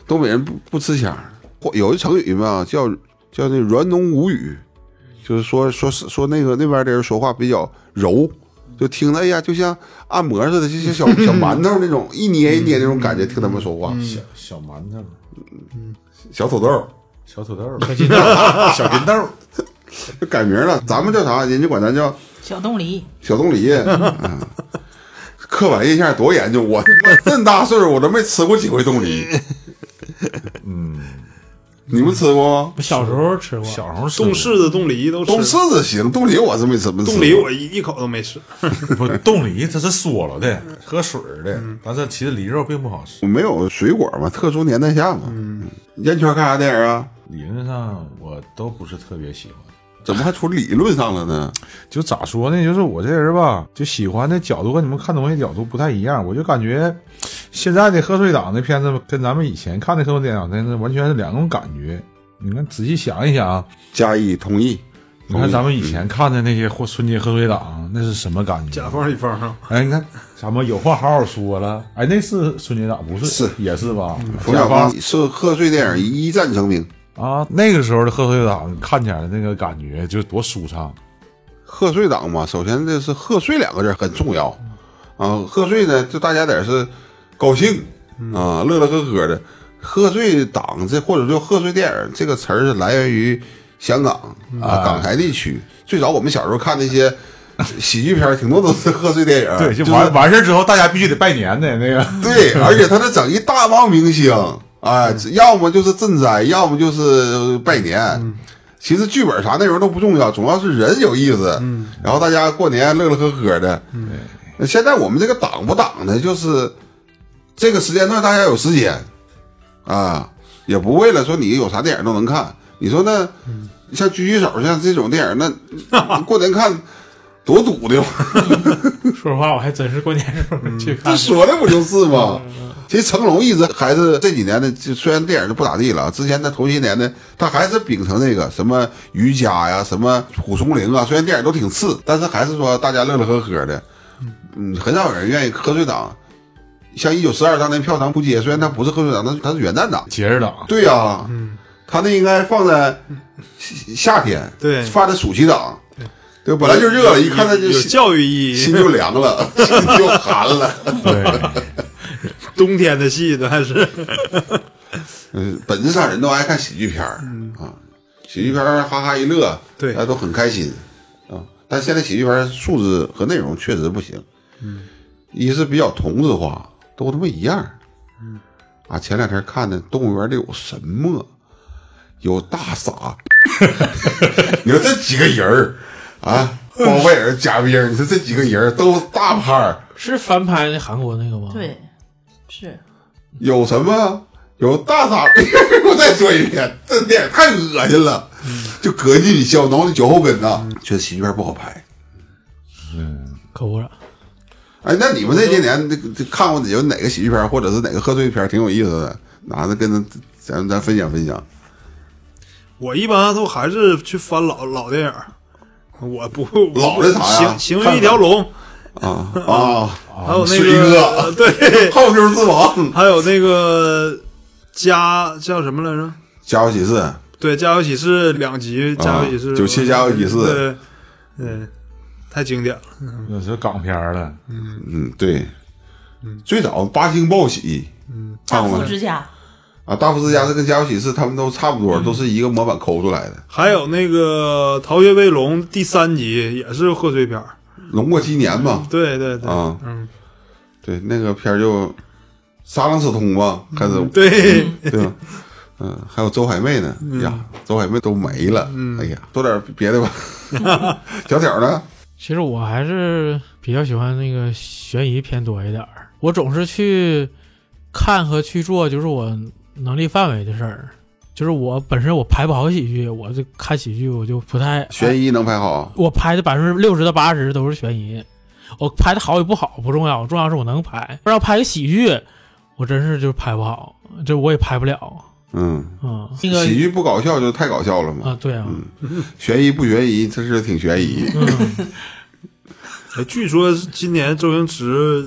东北人不不吃腔，有一成语嘛，叫叫那软浓无语，就是说说说那个那边的人说话比较柔，就听着哎呀，就像按摩似的，就像小小馒头那种一捏一捏那种感觉，听他们说话。 小小馒头， 嗯，小土豆， 小土豆， 小金豆， 小金豆， 就改名了。咱们叫啥？人家管咱叫小冻梨。 小冻梨。嗯，刻板印象多严重，我他妈这么大岁数，我都没吃过几回冻梨。 嗯， 你们吃过吗？ 我小时候吃过， 小时候吃过冻柿子、冻梨都吃。 冻柿子行，冻梨我是没怎么吃。 冻梨我一一口都没吃。 不，冻梨它是缩了的，喝水的，但是其实梨肉并不好吃。 我没有水果嘛，特殊年代下嘛。嗯，烟圈看啥电影啊？ 理论上我都不是特别喜欢。 怎么还出理论上了呢？ 就咋说呢？就是我这人吧，就喜欢的角度和你们看东西角度不太一样。我就感觉现在的贺岁档的片子跟咱们以前看的贺岁档的完全是两种感觉。你们仔细想一想， 加一同意。 你看咱们以前看的那些或春节贺岁档，那是什么感觉？ 甲方乙方啊！ 哎，你看咱们有话好好说了。哎，那是春节档不是？ 是也是吧？ 冯小刚是贺岁电影一战成名。 啊，那个时候的贺岁档看起来的那个感觉就多舒畅。 贺岁档嘛，首先这是贺岁两个字很重要啊。贺岁呢，就大家得是高兴啊，乐乐呵呵的。贺岁档这或者叫贺岁电影这个词儿是来源于香港啊，港台地区。最早我们小时候看那些喜剧片，挺多都是贺岁电影。 对，就完、就是、完事之后，大家必须得拜年的那个。 对，而且他得整一大帮明星。哎，要么就是赈灾，要么就是拜年。嗯、其实剧本啥内容都不重要，主要是人有意思。嗯、然后大家过年乐乐呵呵的。嗯、现在我们这个档不档的，就是这个时间段大家有时间啊，也不为了说你有啥电影都能看。你说那、嗯、像狙击手像这种电影，那过年看多堵的。 说实话，我还真是过年时候去看。 这说的不就是吗？其实成龙一直还是这几年的，虽然电影就不咋地了，之前的头些年呢，他还是秉承那个什么瑜伽呀、什么虎松龄啊，虽然电影都挺次，但是还是说大家乐乐呵呵的。嗯，很少有人愿意贺岁档。像一九四二当年票房扑街，虽然它不是贺岁档，但是它是元旦档、 节日档。 对呀、啊，嗯，他那应该放在夏天， 对， 放在暑期档。对，本来就热了，一看他就有教育意义， 心就凉了，心就寒了。 对。 冬天的戏都还是， 嗯，本质上人都爱看喜剧片儿、嗯、啊，喜剧片儿哈哈一乐， 对， 大家都很开心啊。但现在喜剧片儿素质和内容确实不行，嗯，一是比较同质化，都他妈一样，嗯，啊，前两天看的动物园里有神墨，有大傻，你说这几个人儿啊，包贝尔、贾冰，你说这几个人都大牌儿， 是翻拍的韩国那个吗？ 对。是有什么有大傻逼？我再说一遍，这电影太恶心了，嗯、就膈应你小挠你脚后跟呐。觉得喜剧片不好拍， 嗯， 可不是。 哎，那你们这些年看过有哪个喜剧片，或者是哪个贺岁片挺有意思的？拿着跟咱咱分享分享。 我一般都还是去翻老老电影，我不老的啥呀？ 行行一条龙。 啊啊！ 还有那水个对， 号角之王， 还有那个家叫什么来着？ 家有喜事。 对，家有喜事两集，家有喜事九七家有喜事， 对对，太经典了。 那是港片了。 嗯嗯，对，嗯，最早八星报喜，嗯， 大福之家啊，大福之家是跟家有喜事他们都差不多，嗯、都是一个模板抠出来的。 还有那个《逃学威龙》第三集也是贺岁片。 龙过鸡年嘛， 对对对， 啊，嗯，对，那个片儿就沙朗斯通嘛，开始、嗯、 对对吧？嗯，还有周海媚呢，嗯、呀，周海媚都没了，嗯、哎呀，说点别的吧。小挑呢？ 其实我还是比较喜欢那个悬疑偏多一点儿，我总是去看和去做，就是我能力范围的事儿。就是我本身我拍不好喜剧，我这看喜剧我就不太悬疑能拍好。 我拍的百分之六十到八十都是悬疑，我拍的好与不好不重要，重要是我能拍。要拍个喜剧，我真是就拍不好，这我也拍不了。 嗯嗯，那个喜剧不搞笑就太搞笑了嘛。 啊，对啊。 嗯，悬疑不悬疑，这是挺悬疑。 嗯哎，据说今年周星驰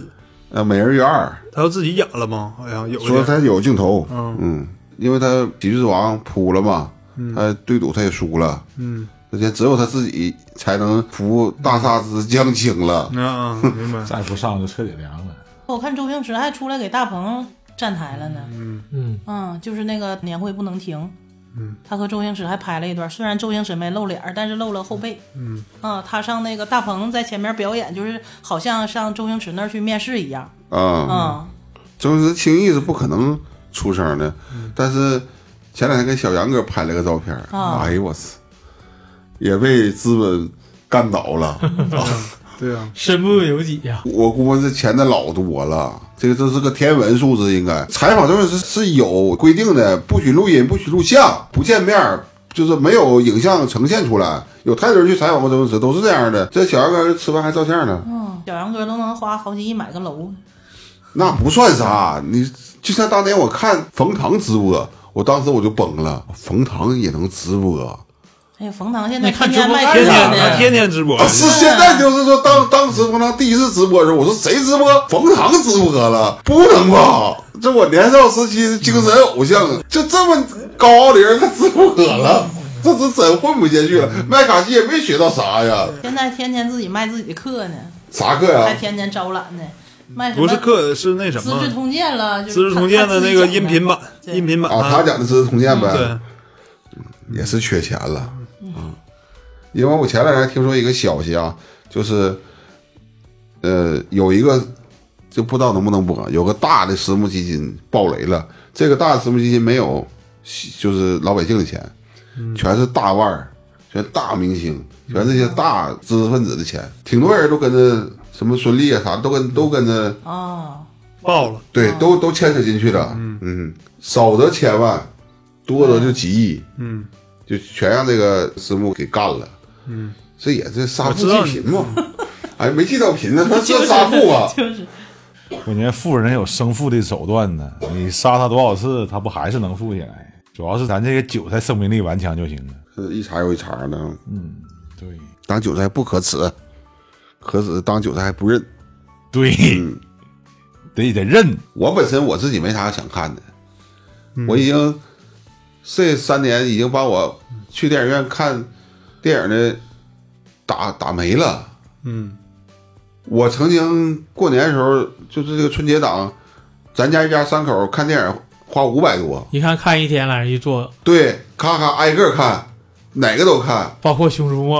呃，美人鱼二， 他要自己演了吗？好像有说他有镜头， 嗯嗯，因为他喜剧之王扑了嘛， 嗯、 他对赌他也输了， 嗯， 而且只有他自己才能扶大厦之将倾了。 啊啊，明白。 再不上就彻底凉了。 我看周星驰还出来给大鹏站台了呢。 嗯嗯嗯，就是那个年会不能停。 嗯， 他和周星驰还拍了一段，虽然周星驰没露脸，但是露了后背。 嗯， 啊，他上那个大鹏在前面表演，就是好像上周星驰那儿去面试一样。 啊， 嗯， 周星驰轻易是不可能出声的， 嗯、 但是前两天跟小杨哥拍了个照片， 啊、 哎呦我操，也被资本干倒了。啊对啊， 身不由己呀、啊！ 我估摸这钱的老多了，这个这是个天文数字，应该采访周星驰是有规定的，不许录音，不许录像，不见面，就是没有影像呈现出来。有太多人去采访过周星驰，都是这样的。这小杨哥吃饭还照相呢， 嗯，小杨哥都能花好几亿买个楼， 那不算啥。你就像当年我看冯唐直播，我当时我就崩了，冯唐也能直播。 哎呀，冯唐现在你看天天卖天车呢， 天天天直播。 啊、是现在就是说当当时冯唐第一次直播的时候，我说谁直播？冯唐直播了，不能吧？这我年少时期的精神偶像，就这么高傲龄他直播了，这是真混不下去了。麦卡锡也没学到啥呀， 现在天天自己卖自己的课呢， 啥课呀？ 还天天招揽呢，卖什么？ 不是课，是那什么？ 资治通鉴了，就是资治通鉴的那个音频版，音频版啊，他讲的资治通鉴呗， 对， 也是缺钱了。嗯，因为我前两天听说一个消息啊，就是呃有一个就不知道能不能播，有个大的私募基金爆雷了。这个大的私募基金没有就是老百姓的钱，全是大腕儿，全大明星，全这些大知识分子的钱，挺多人都跟着什么孙俪啊啥都跟都跟着哦， 爆了， 对，都都牵扯进去了。嗯嗯，少则千万，多则就几亿。 嗯。 就全让这个私募给干了， 嗯， 这也是杀富济贫嘛。哎，没记到贫呢，他是杀富啊。 就是。 关键富人有生富的手段呢，你杀他多少次，他不还是能富起来？主要是咱这个韭菜生命力顽强就行了。 是一茬又一茬的。 嗯，对， 当韭菜不可耻，可耻当韭菜还不认。 对， 嗯、 得得认。 我本身我自己没啥想看的， 嗯、 我已经。这三年已经把我去电影院看电影的打打没了。 嗯， 我曾经过年的时候，就是这个春节档，咱家一家三口看电影花五百多， 一看看一天来一坐， 对，咔咔挨个看，哪个都看， 包括《熊出没》。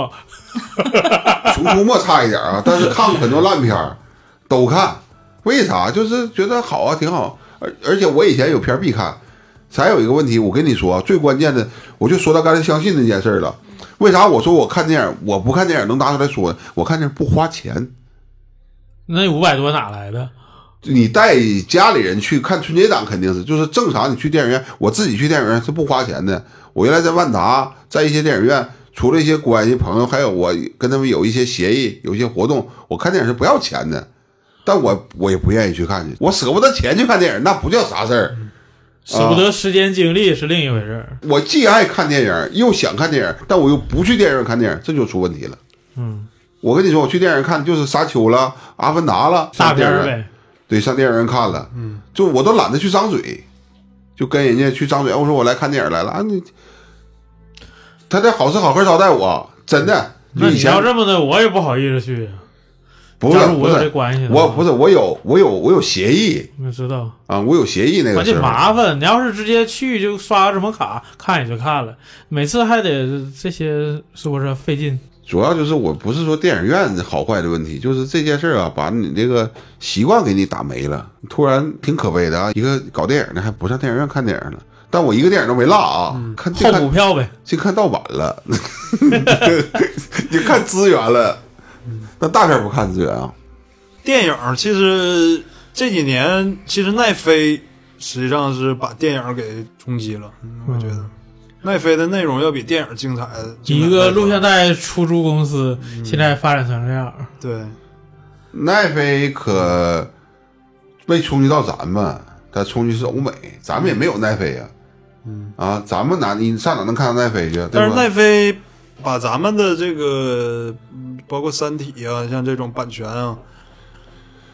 《熊出没》差一点啊，但是看过很多烂片都看。为啥？就是觉得好啊，挺好。而而且我以前有片必看。才有一个问题，我跟你说，最关键的，我就说到刚才相信那件事了。为啥我说我看电影，我不看电影能拿出来说？我看电影不花钱。 那五百多哪来的？ 你带家里人去看春节档肯定是，就是正常你去电影院，我自己去电影院是不花钱的。我原来在万达，在一些电影院，除了一些关系朋友，还有我跟他们有一些协议，有一些活动，我看电影是不要钱的。但我我也不愿意去看去，我舍不得钱去看电影，那不叫啥事儿。 舍不得时间精力是另一回事儿。 我既爱看电影，又想看电影，但我又不去电影院看电影，这就出问题了。 嗯， 我跟你说，我去电影院看就是《沙丘》了，《阿凡达》了， 大片儿呗。 对，上电影院看了，嗯，就我都懒得去张嘴，就跟人家去张嘴，我说我来看电影来了啊，你，他得好吃好喝招待我，真的。 那你要这么的，我也不好意思去。 不是， 我有这关系， 我不是，我有，我有，我有协议。 我知道啊，我有协议那个。 关键麻烦，你要是直接去就刷个什么卡，看也就看了，每次还得这些是不是费劲？ 主要就是我不是说电影院好坏的问题，就是这件事啊，把你这个习惯给你打没了，突然挺可悲的啊！一个搞电影的还不上电影院看电影了，但我一个电影都没落啊，嗯、看后补票呗， 净看盗版了，你看资源了。那大片不看资源啊？ 电影其实这几年，其实奈飞实际上是把电影给冲击了。嗯、我觉得、嗯、奈飞的内容要比电影精彩。 一个录像带出租公司、嗯、现在发展成这样。 对， 奈飞可没冲击到咱们，它冲击是欧美，咱们也没有奈飞啊。嗯啊，咱们哪你上哪能看到奈飞去？ 但是奈飞把咱们的这个包括三体啊，像这种版权啊，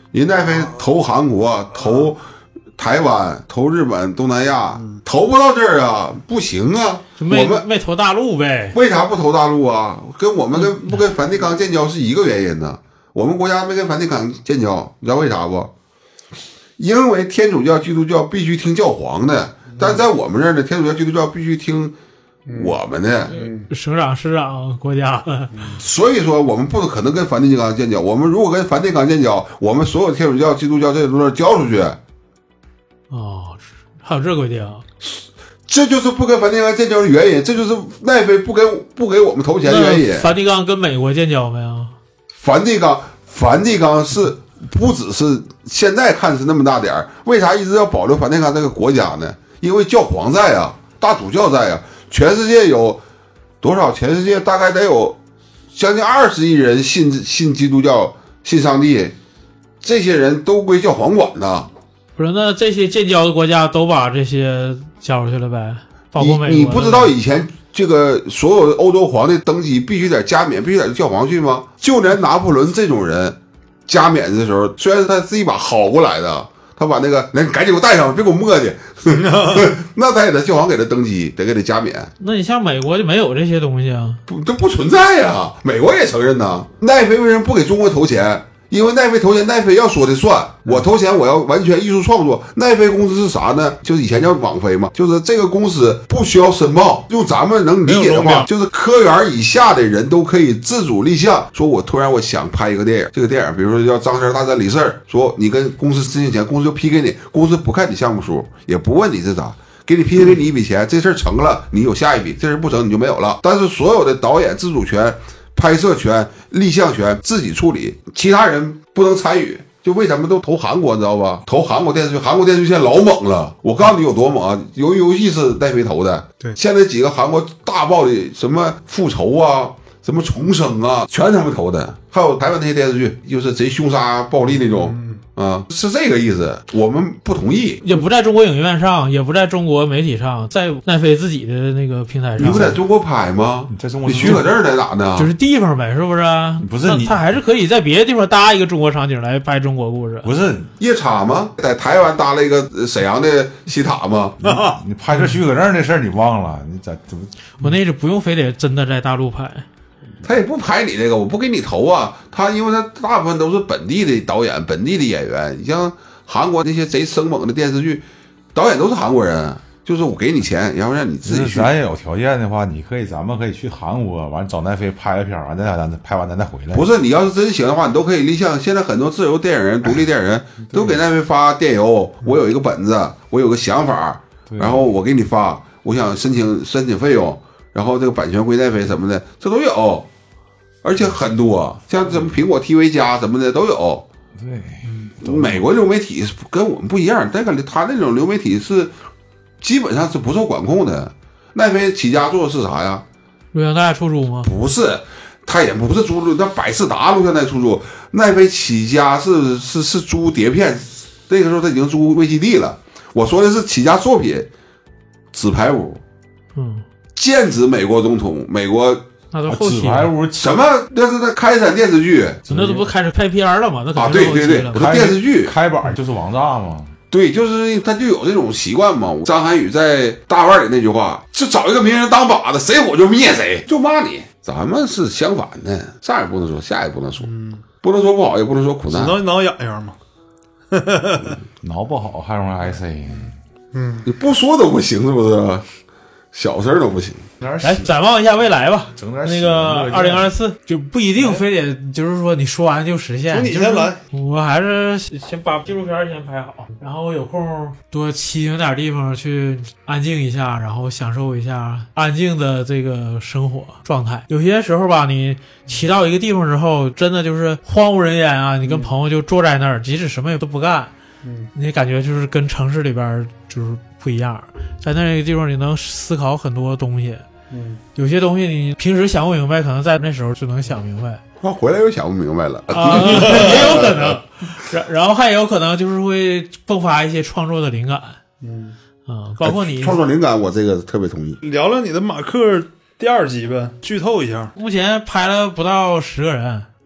人奈飞投韩国、投台湾、投日本、东南亚，投不到这儿啊，不行啊。我们没投大陆呗？ 为啥不投大陆啊？跟我们跟不跟梵蒂冈建交是一个原因呢。我们国家没跟梵蒂冈建交，你知道为啥不？因为天主教、基督教必须听教皇的，但是在我们这儿呢，天主教、基督教必须听我们的省长、市长、国家的。 所以说，我们不可能跟梵蒂冈建交。我们如果跟梵蒂冈建交，我们所有天主教、基督教这些东西交出去。 哦，还有这规定啊？ 这就是不跟梵蒂冈建交的原因，这就是奈飞不给不给我们投钱的原因。 梵蒂冈跟美国建交没有？ 梵蒂冈，梵蒂冈是不只是现在看是那么大点儿，为啥一直要保留梵蒂冈这个国家呢？因为教皇在啊，大主教在啊，全世界有多少？全世界大概得有将近二十亿人信信基督教、信上帝，这些人都归教皇管呢。 不是，那这些建交的国家都把这些交出去了呗？包括美国。 你你不知道以前这个所有的欧洲皇帝登基必须得加冕，必须得教皇去吗？就连拿破仑这种人加冕的时候，虽然是他自己把薅过来的，他把那个那赶紧给我带上，别给我磨叽，那他也得教皇给他登基，得给他加冕。 那你像美国就没有这些东西啊？ 不，这不存在呀、啊，美国也承认呐。奈飞为什么不给中国投钱？因为奈飞投钱，奈飞要说的算。我投钱，我要完全艺术创作。奈飞公司是啥呢？就是以前叫网飞嘛，就是这个公司不需要申报。用咱们能理解的话，就是科员以下的人都可以自主立项。说我突然我想拍一个电影，这个电影比如说叫张三大战李四儿，说你跟公司申请钱，公司就批给你，公司不看你项目书，也不问你是啥。给你批给你一笔钱，这事儿成了，你有下一笔；这事儿不成，你就没有了。但是所有的导演自主权、拍摄权、立项权自己处理，其他人不能参与。就为什么都投韩国，你知道吧？投韩国电视剧，韩国电视剧现在老猛了。我告诉你有多猛啊！鱿鱼游戏是奈飞投的， 对， 现在几个韩国大爆的什么复仇啊、什么重生啊，全是他们投的。还有台湾那些电视剧，就是贼凶杀、暴力那种。嗯啊、嗯，是这个意思，我们不同意， 也不在中国影院上，也不在中国媒体上，在奈飞自己的那个平台上。 你不在中国拍吗？ 你在中国， 你许可证在哪呢？ 就是地方呗，是不是？ 不是你， 他还是可以在别的地方搭一个中国场景来拍中国故事。 不是夜叉吗？在台湾搭了一个沈阳的西塔吗？ 你拍摄许可证的事儿你忘了？你咋怎么？ 我那是不用非得真的在大陆拍。 他也不拍你这个，我不给你投啊。他因为他大部分都是本地的导演、本地的演员。你像韩国那些贼生猛的电视剧，导演都是韩国人，就是我给你钱，然后让你自己去。 咱也有条件的话，你可以，咱们可以去韩国，完找奈飞拍个片，完再咱拍完咱再回来。 不是，你要是真行的话，你都可以立项。现在很多自由电影人、独立电影人都给奈飞发电邮，我有一个本子，我有个想法，然后我给你发，我想申请申请费用。然后这个版权归奈飞什么的，这都有，而且很多，像什么苹果 T V 加什么的都有。 对， 美国流媒体跟我们不一样，那个他那种流媒体是基本上是不受管控的。奈飞起家做的是啥呀？ 录像带出租吗？ 不是，他也不是租录，那百视达录像带出租。奈飞起家是是是租碟片，那个时候他已经租 V C D 了。我说的是起家作品，《纸牌屋》。 嗯。 剑指美国总统，美国那都后期纸牌屋什么？那是那开山电视剧， 那都不开始拍片了吗？那啊，对对对，不是电视剧开板就是王炸嘛。 对，就是他就有这种习惯嘛。张涵予在大腕里那句话，就找一个名人当靶子，谁火就灭谁，就骂你。咱们是相反的，上也不能说，下也不能说，嗯、不能说不好，也不能说苦难， 只能挠痒痒嘛。 挠不好还容易挨 C。 嗯，你不说都不行，是不是？小事都不行。 来展望一下未来吧。 整点那个二零二四就不一定非得就是说你说完就实现。 你先来， 我还是先把纪录片先拍好，然后有空多骑行点地方去安静一下，然后享受一下安静的这个生活状态。有些时候吧，你骑到一个地方之后，真的就是荒无人烟啊，你跟朋友就坐在那儿，即使什么也都不干，嗯，你感觉就是跟城市里边就是不一样，在那个地方你能思考很多东西，嗯，有些东西你平时想不明白，可能在那时候就能想明白。 他回来又想不明白了， 啊，也有可能，然然后还有可能就是会迸发一些创作的灵感，嗯啊，包括你创作灵感，我这个特别同意。 聊聊你的马克第二集呗，剧透一下。 目前拍了不到十个人。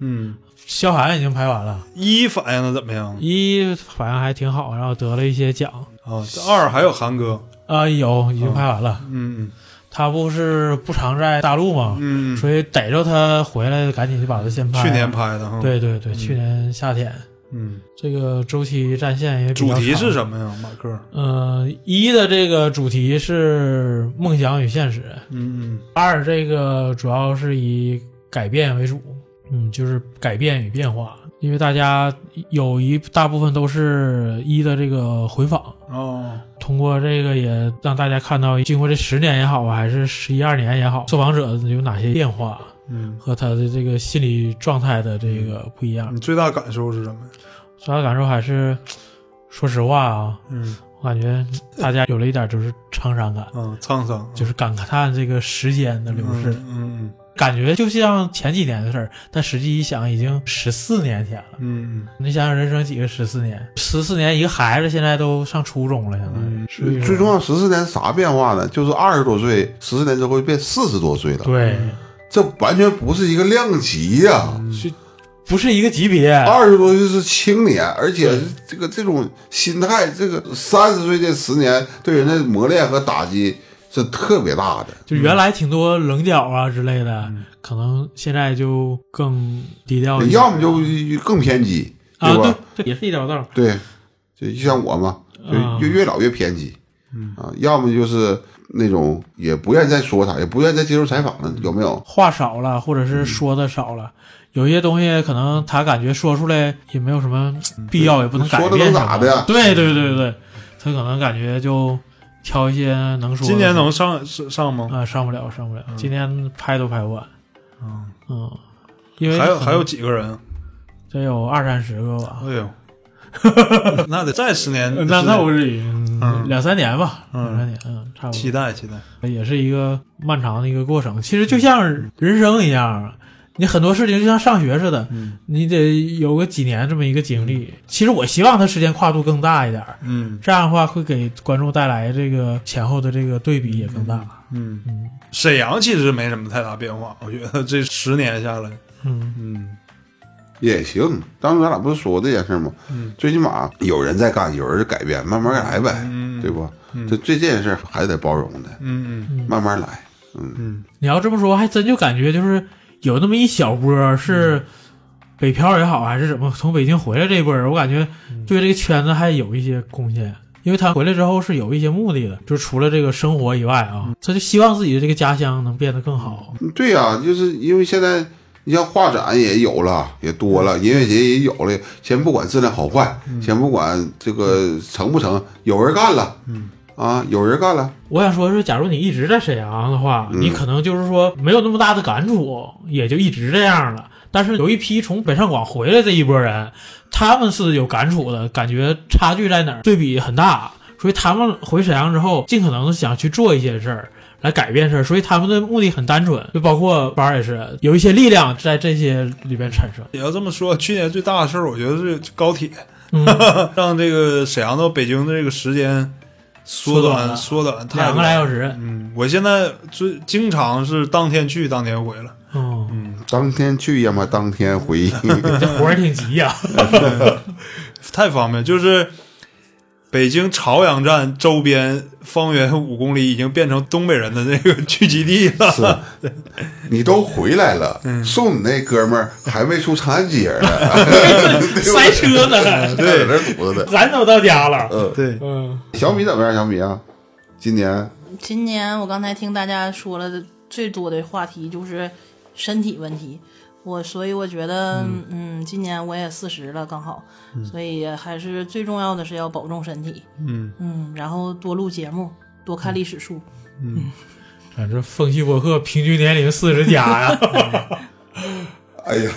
嗯， 萧寒已经拍完了， 一反应的怎么样？ 一反应还挺好，然后得了一些奖啊。二还有韩哥啊，有已经拍完了。 嗯嗯， 他不是不常在大陆嘛， 嗯， 所以逮着他回来，赶紧就把他先拍。 去年拍的哈。 对对对，嗯、去年夏天。 嗯， 这个周期战线也比较长。 主题是什么呀，马克？ 呃，一的这个主题是梦想与现实， 嗯嗯。 二这个主要是以改变为主，嗯，就是改变与变化，因为大家有一大部分都是一的这个回访哦。 通过这个也让大家看到，经过这十年也好啊，还是十一二年也好，受访者有哪些变化。 嗯， 和他的这个心理状态的这个不一样。 你最大感受是什么？ 最大感受还是，说实话啊， 嗯， 我感觉大家有了一点就是沧桑感， 嗯，沧桑， 就是感叹这个时间的流逝， 嗯嗯， 感觉就像前几年的事儿，但实际一想已经十四年前了， 嗯嗯， 你想想人生几个十四年，十四年一个孩子现在都上初中了，现在， 嗯、 最重要十四年啥变化呢？就是二十多岁，十四年之后变四十多岁了， 对。 这完全不是一个量级呀、啊， 是、嗯、不是一个级别？ 二十多岁是青年，而且这个这种心态，这个三十岁这十年对人的磨练和打击是特别大的。 就原来挺多棱角啊之类的，嗯、可能现在就更低调一些， 要么就更偏激， 啊、 对吧？ 对，这也是一条道。 对，就像我嘛，就越老越偏激，嗯啊，要么就是。那种也不愿意再说他，也不愿意再接受采访了，有没有？ 话少了，或者是说的少了，嗯、有一些东西可能他感觉说出来也没有什么必要，也不能改变什么。 说的能咋的？ 对对对对，他可能感觉就挑一些能说的。 今年能上上吗？ 啊，上不了，上不了。嗯、今年拍都拍不完。 嗯嗯，因为还有还有几个人？ 得有二三十个吧。 哎呦。那得再十年， 那那不至于， 嗯， 两三年吧， 嗯， 两三年，嗯，差不多。 期待期待， 也是一个漫长的一个过程。其实就像人生一样，你很多事情就像上学似的， 嗯， 你得有个几年这么一个经历。其实我希望它时间跨度更大一点， 嗯， 这样的话会给观众带来这个前后的这个对比也更大。 嗯嗯，沈阳其实没什么太大变化，我觉得这十年下来， 嗯嗯。 也行，当时咱俩不是说过这件事吗？ 嗯， 最起码有人在干，有人改变，慢慢来呗， 嗯、 对不？ 嗯、 这这件事还得包容的， 嗯嗯， 慢慢来，嗯嗯。 你要这么说，还真就感觉就是有那么一小波是北漂也好，还是怎么从北京回来这一波人，我感觉对这个圈子还有一些贡献，因为他回来之后是有一些目的的，就是除了这个生活以外啊，他就希望自己的这个家乡能变得更好。 对呀、啊，就是因为现在。你像画展也有了，也多了，音乐节也有了。先不管质量好坏， 嗯、 先不管这个成不成，有人干了， 嗯啊，有人干了。 我想说是，假如你一直在沈阳的话， 嗯、 你可能就是说没有那么大的感触，也就一直这样了。但是有一批从北上广回来这一波人，他们是有感触的，感觉差距在哪儿，对比很大，所以他们回沈阳之后，尽可能的想去做一些事儿。来改变事儿，所以他们的目的很单纯，就包括班儿也是有一些力量在这些里边产生。 也要这么说，去年最大的事儿，我觉得是高铁， 嗯、 让这个沈阳到北京的这个时间缩短，缩短两个来小时。 嗯，我现在最经常是当天去当天回了。 哦， 嗯， 当天去要么当天回， 这活儿挺急呀、 啊，太方便，就是。北京朝阳站周边方圆五公里已经变成东北人的那个聚集地了。 是，你都回来了， 嗯、 送你那哥们儿还没出长安街呢， 塞车呢， 对，在这堵着呢。 咱都到家了。 嗯， 对， 嗯。 小米怎么样？小米啊，今年， 今年我刚才听大家说了的最多的话题就是身体问题。我所以我觉得，嗯，嗯今年我也四十了，刚好， 嗯、 所以还是最重要的是要保重身体， 嗯嗯，然后多录节目，多看历史书， 嗯， 反正风气博客平均年龄四十加呀， 哎呀，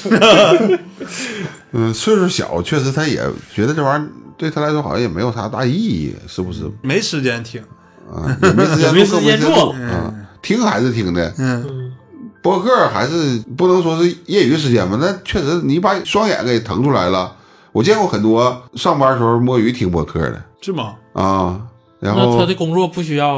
嗯，岁数小，确实他也觉得这玩意儿对他来说好像也没有啥大意义，是不是？ 没时间听啊，也没时间没时间做啊，听还是听的， 嗯。 播客还是不能说是业余时间吧，那确实你把双眼给腾出来了。我见过很多上班时候摸鱼听播客的， 是吗？ 啊，然后那他的工作不需要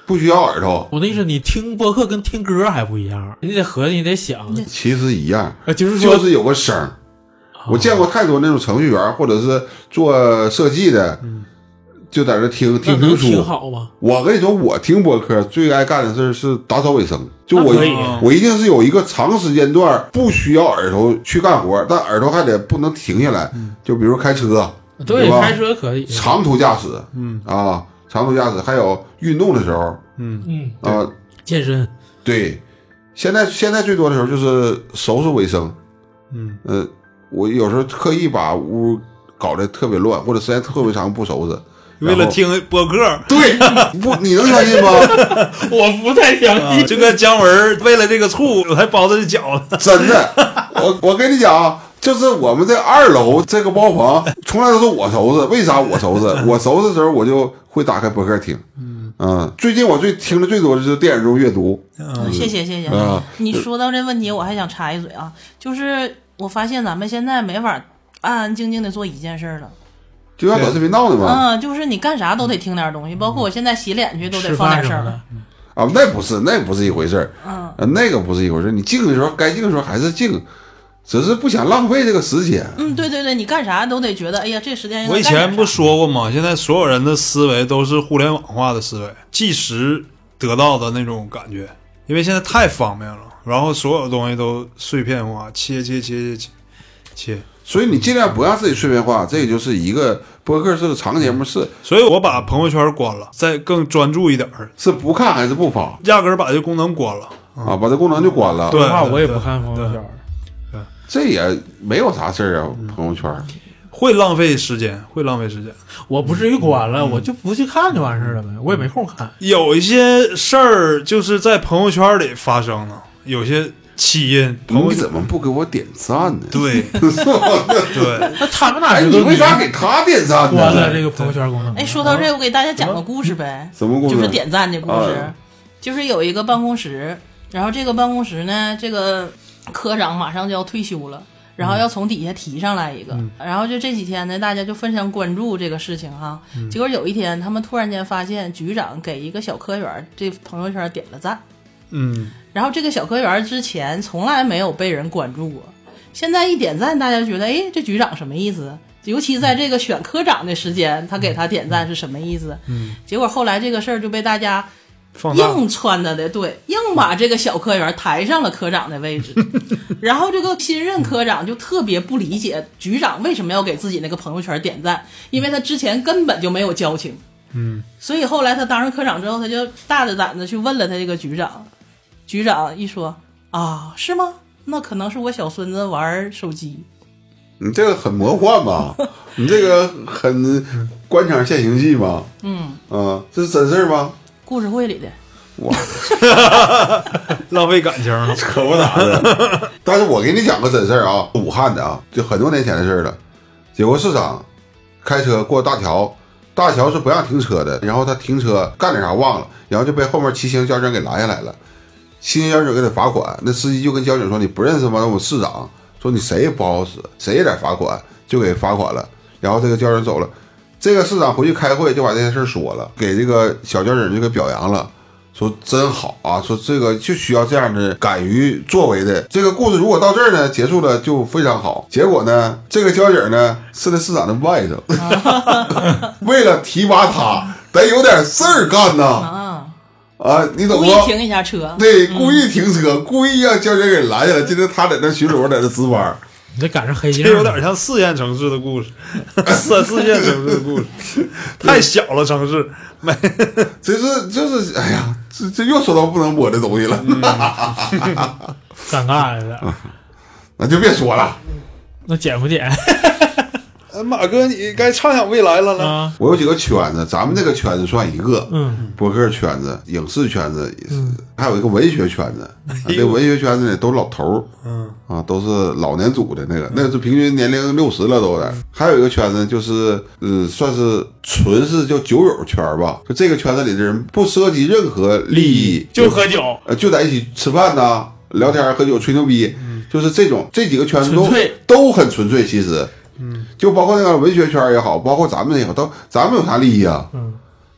不需要耳朵。 我的意思，你听播客跟听歌还不一样，你得合计，你得想， 其实一样， 呃，就是说， 就是有个声儿。我见过太多那种程序员或者是做设计的，嗯、就在这听听评书， 挺好吗？ 我跟你说，我听播客最爱干的事是打扫卫生。就我我一定是有一个长时间段不需要耳朵去干活，但耳朵还得不能停下来。嗯、就比如开车， 对， 吧开车可以， 长途驾驶， 嗯啊，长途驾驶，还有运动的时候， 嗯嗯啊， 健身， 对，现在现在最多的时候就是收拾卫生， 嗯呃。我有时候刻意把屋搞得特别乱，或者时间特别长不收拾， 为了听播客。 对，不，你能相信吗？ 我不太相信。 啊、这个姜文为了这个醋，还包着饺子。 真的，我我跟你讲，就是我们这二楼这个包房，从来都是我收拾。为啥我收拾？我收拾的时候我就会打开播客听。嗯嗯，最近我最听的最多的是电影中阅读。 嗯，谢谢谢谢。 啊， 你说到这问题，我还想插一嘴啊，就是。我发现咱们现在没法安安静静的做一件事了， 就像短视频闹的嘛。 嗯，就是你干啥都得听点东西，包括我现在洗脸去都得放点声儿。 啊，那不是，那不是一回事儿。 嗯、 呃，那个不是一回事儿。你静的时候该静的时候还是静，只是不想浪费这个时间。 嗯，对对对，你干啥都得觉得，哎呀，这时间。 我以前不说过吗？现在所有人的思维都是互联网化的思维，即时得到的那种感觉，因为现在太方便了。然后所有东西都碎片化，切切切切切切， 所以你尽量不让自己碎片化，这也就是一个播客是个长节目是。 所以我把朋友圈关了，再更专注一点， 是不看还是不发？ 压根儿把这功能关了啊，把这功能就关了。 对， 那我也不看朋友圈， 对， 这也没有啥事儿啊，朋友圈。 会浪费时间，会浪费时间。 我不至于关了，嗯、我就不去看就完事了呗，我也没空看。 有一些事儿就是在朋友圈里发生了。有些起因， 你怎么不给我点赞呢？ 对， 是吧？ 对，那他们哪知道？你为啥给他点赞呢？ 关了这个朋友圈功能。 哎，说到这，我给大家讲个故事呗。 什么故事？ 就是点赞的故事。 啊、 就是有一个办公室，然后这个办公室呢，这个科长马上就要退休了，然后要从底下提上来一个，嗯、然后就这几天呢，大家就非常关注这个事情哈。嗯、结果有一天，他们突然间发现局长给一个小科员这朋友圈点了赞。 嗯， 然后这个小科员之前从来没有被人关注过，现在一点赞，大家觉得，哎，这局长什么意思？尤其在这个选科长的时间，他给他点赞是什么意思？ 嗯， 结果后来这个事儿就被大家硬穿的的，对，硬把这个小科员抬上了科长的位置。然后这个新任科长就特别不理解局长为什么要给自己那个朋友圈点赞，因为他之前根本就没有交情。 嗯， 所以后来他当上科长之后，他就大着胆子去问了他这个局长。局长一说啊，是吗？那可能是我小孙子玩手机。 你这个很魔幻吧？你这个很官场现形记吧？ 嗯啊，这是真事儿吗？ 故事会里的。 哇， 浪费感情了， 可不咋的。但是我给你讲个真事儿啊，武汉的啊，就很多年前的事儿了。有个市长开车过大桥，大桥是不让停车的，然后他停车干点啥忘了，然后就被后面骑行交警给拦下来了。骑行交警给他罚款，那司机就跟交警说：“你不认识吗？我市长说你谁也不好使，谁也得罚款，就给罚款了。”然后这个交警走了，这个市长回去开会就把这件事说了，给这个小交警就给表扬了，说真好啊，说这个就需要这样的敢于作为的。这个故事如果到这儿呢结束了就非常好。结果呢，这个交警呢是那市长的外甥，为了提拔他，得有点事儿干呐。啊，你懂吗？ 故意停一下车， 对，故意停车，嗯、故意让交警给拦下来。今天他在那巡逻，在那值班。 你这赶上黑夜， 这有点像四线城市的故事，四四线城市的故事，太小了城市。没， 这是就是，哎呀，这这又说到不能播的东西了， 嗯、尴尬了、 嗯。那就别说了， 那剪不剪？ 马哥，你该畅想未来了呢、啊。 我有几个圈子，咱们这个圈子算一个， 嗯， 播客圈子、影视圈子，嗯、还有一个文学圈子。啊、这文学圈子呢，都老头儿， 嗯啊，都是老年组的那个，那个是平均年龄六十了都有点。还有一个圈子就是，呃，算是纯是叫酒友圈吧，就这个圈子里的人不涉及任何利益， 就喝酒， 呃，就在一起吃饭呐、聊天、喝酒、吹牛逼，嗯、就是这种这几个圈子都都很纯粹，其实。 嗯， 就包括那个文学圈也好，包括咱们也好，都咱们有啥利益啊？ 嗯，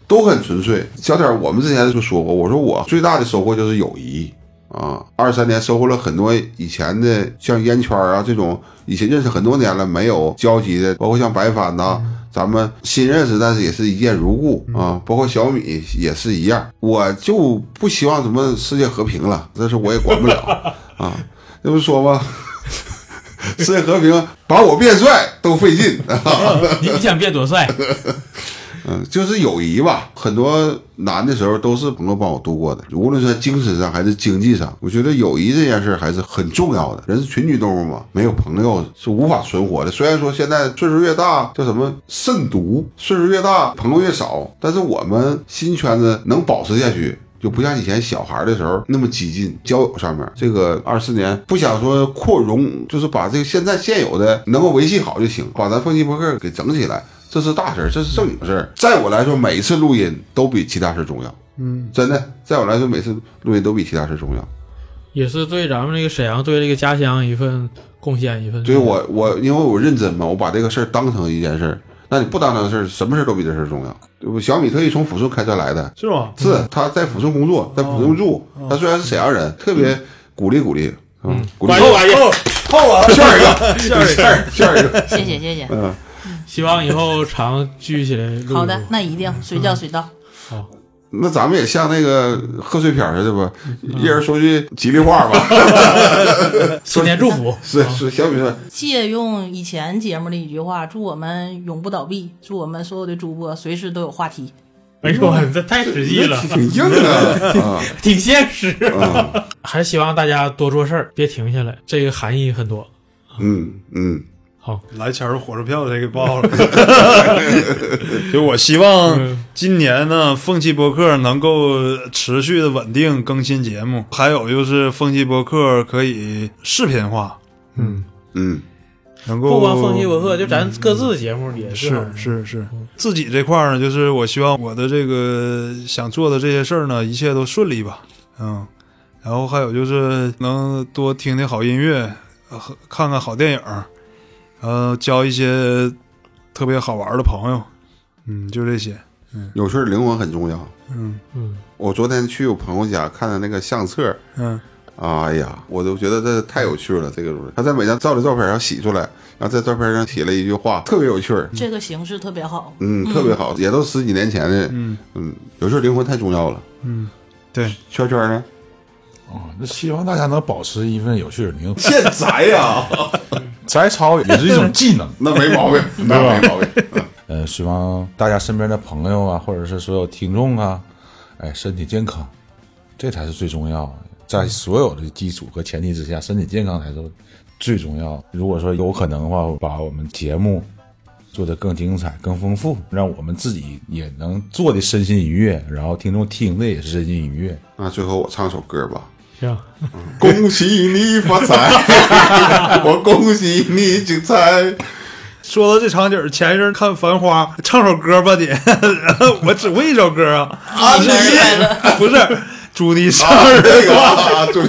都很纯粹。小点，我们之前就说过，我说我最大的收获就是友谊啊，二三年收获了很多以前的像烟圈啊这种以前认识很多年了没有交集的，包括像白帆呐、嗯，咱们新认识，但是也是一见如故啊，包括小米也是一样。我就不希望什么世界和平了，这是我也管不了啊。这不是说吗？世界和平把我变帅都费劲， 你想变多帅？ 嗯，就是友谊吧。很多难的时候都是朋友帮我度过的，无论是在精神上还是经济上，我觉得友谊这件事还是很重要的。人是群居动物嘛，没有朋友是无法存活的。虽然说现在岁数越大，叫什么慎独，岁数越大朋友越少，但是我们新圈子能保持下去。就不像以前小孩的时候那么激进，交友上面这个二四年不想说扩容，就是把这个现在现有的能够维系好就行，把咱风气博客给整起来，这是大事，这是正经事。在我来说，每一次录音都比其他事重要。嗯，真的，在我来说，每次录音都比其他事重要， 也是对咱们这个沈阳对这个家乡一份贡献，一份。 所以我我因为我认真嘛，我把这个事儿当成一件事儿。那你不当成事儿，什么事儿都比这事儿重要。对不？小米特意从抚顺开车来的， 是吗？ 是他在抚顺工作，在抚顺住。哦、他虽然是沈阳人，特别鼓励鼓励。嗯，鼓励。 欢迎欢迎， 泡完了， 下一个，下一个，下一个。 谢谢谢谢。 嗯， 希望以后常聚起来录。 好的，那一定随叫随到。 好、嗯。 那咱们也像那个贺岁片似的吧，一人说句吉利话吧， 新年祝福。 是是，小米说借用以前节目的一句话，祝我们永不倒闭，祝我们所有的主播随时都有话题。 哎呦，这太实际了， 挺硬啊， 挺现实。嗯、还是希望大家多做事儿，别停下来，这个含义很多。 嗯嗯。 好， 来钱火车票得给报了。就我希望今年呢，风气播客能够持续的稳定更新节目，还有就是风气播客可以视频化。 嗯嗯， 能够不光风气播客，就咱各自的节目也是是是是。自己这块呢，就是我希望我的这个想做的这些事儿呢，一切都顺利吧。嗯，然后还有就是能多听听好音乐，看看好电影。呃，交一些特别好玩的朋友，嗯，就这些。嗯， 有事灵魂很重要。 嗯嗯， 我昨天去我朋友家看的那个相册， 嗯， 哎呀，我都觉得这太有趣了。这个他在每张照的照片上洗出来，然后在照片上写了一句话，特别有趣。 这个形式特别好， 嗯，特别好，也都十几年前的。嗯嗯，有事灵魂太重要了。 嗯，对， 圈圈呢？ 哦，那希望大家能保持一份有趣的灵魂。 现宅呀。 摘草也是一种技能， 那没毛病，那没毛病。 呃，希望大家身边的朋友啊，或者是所有听众啊，哎，身体健康，这才是最重要的。在所有的基础和前提之下，身体健康才是最重要。如果说有可能的话，把我们节目做得更精彩、更丰富，让我们自己也能做的身心愉悦，然后听众听的也是身心愉悦。 那最后我唱首歌吧。 行， 恭喜你发财，我恭喜你精彩。 说到这场景，前一阵看《繁花》，唱首歌吧你，我只会一首歌啊， 啊，你不是，祝你生日快乐，啊、祝你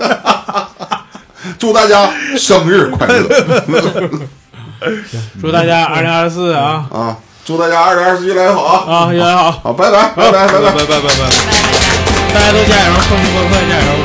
祝大家生日快乐， 祝大家二零二四啊啊，祝大家二零二四越来越好啊啊，越来越好， 好，拜拜，拜拜，拜拜， 拜拜，拜拜， 大家都加油，风气播客加油。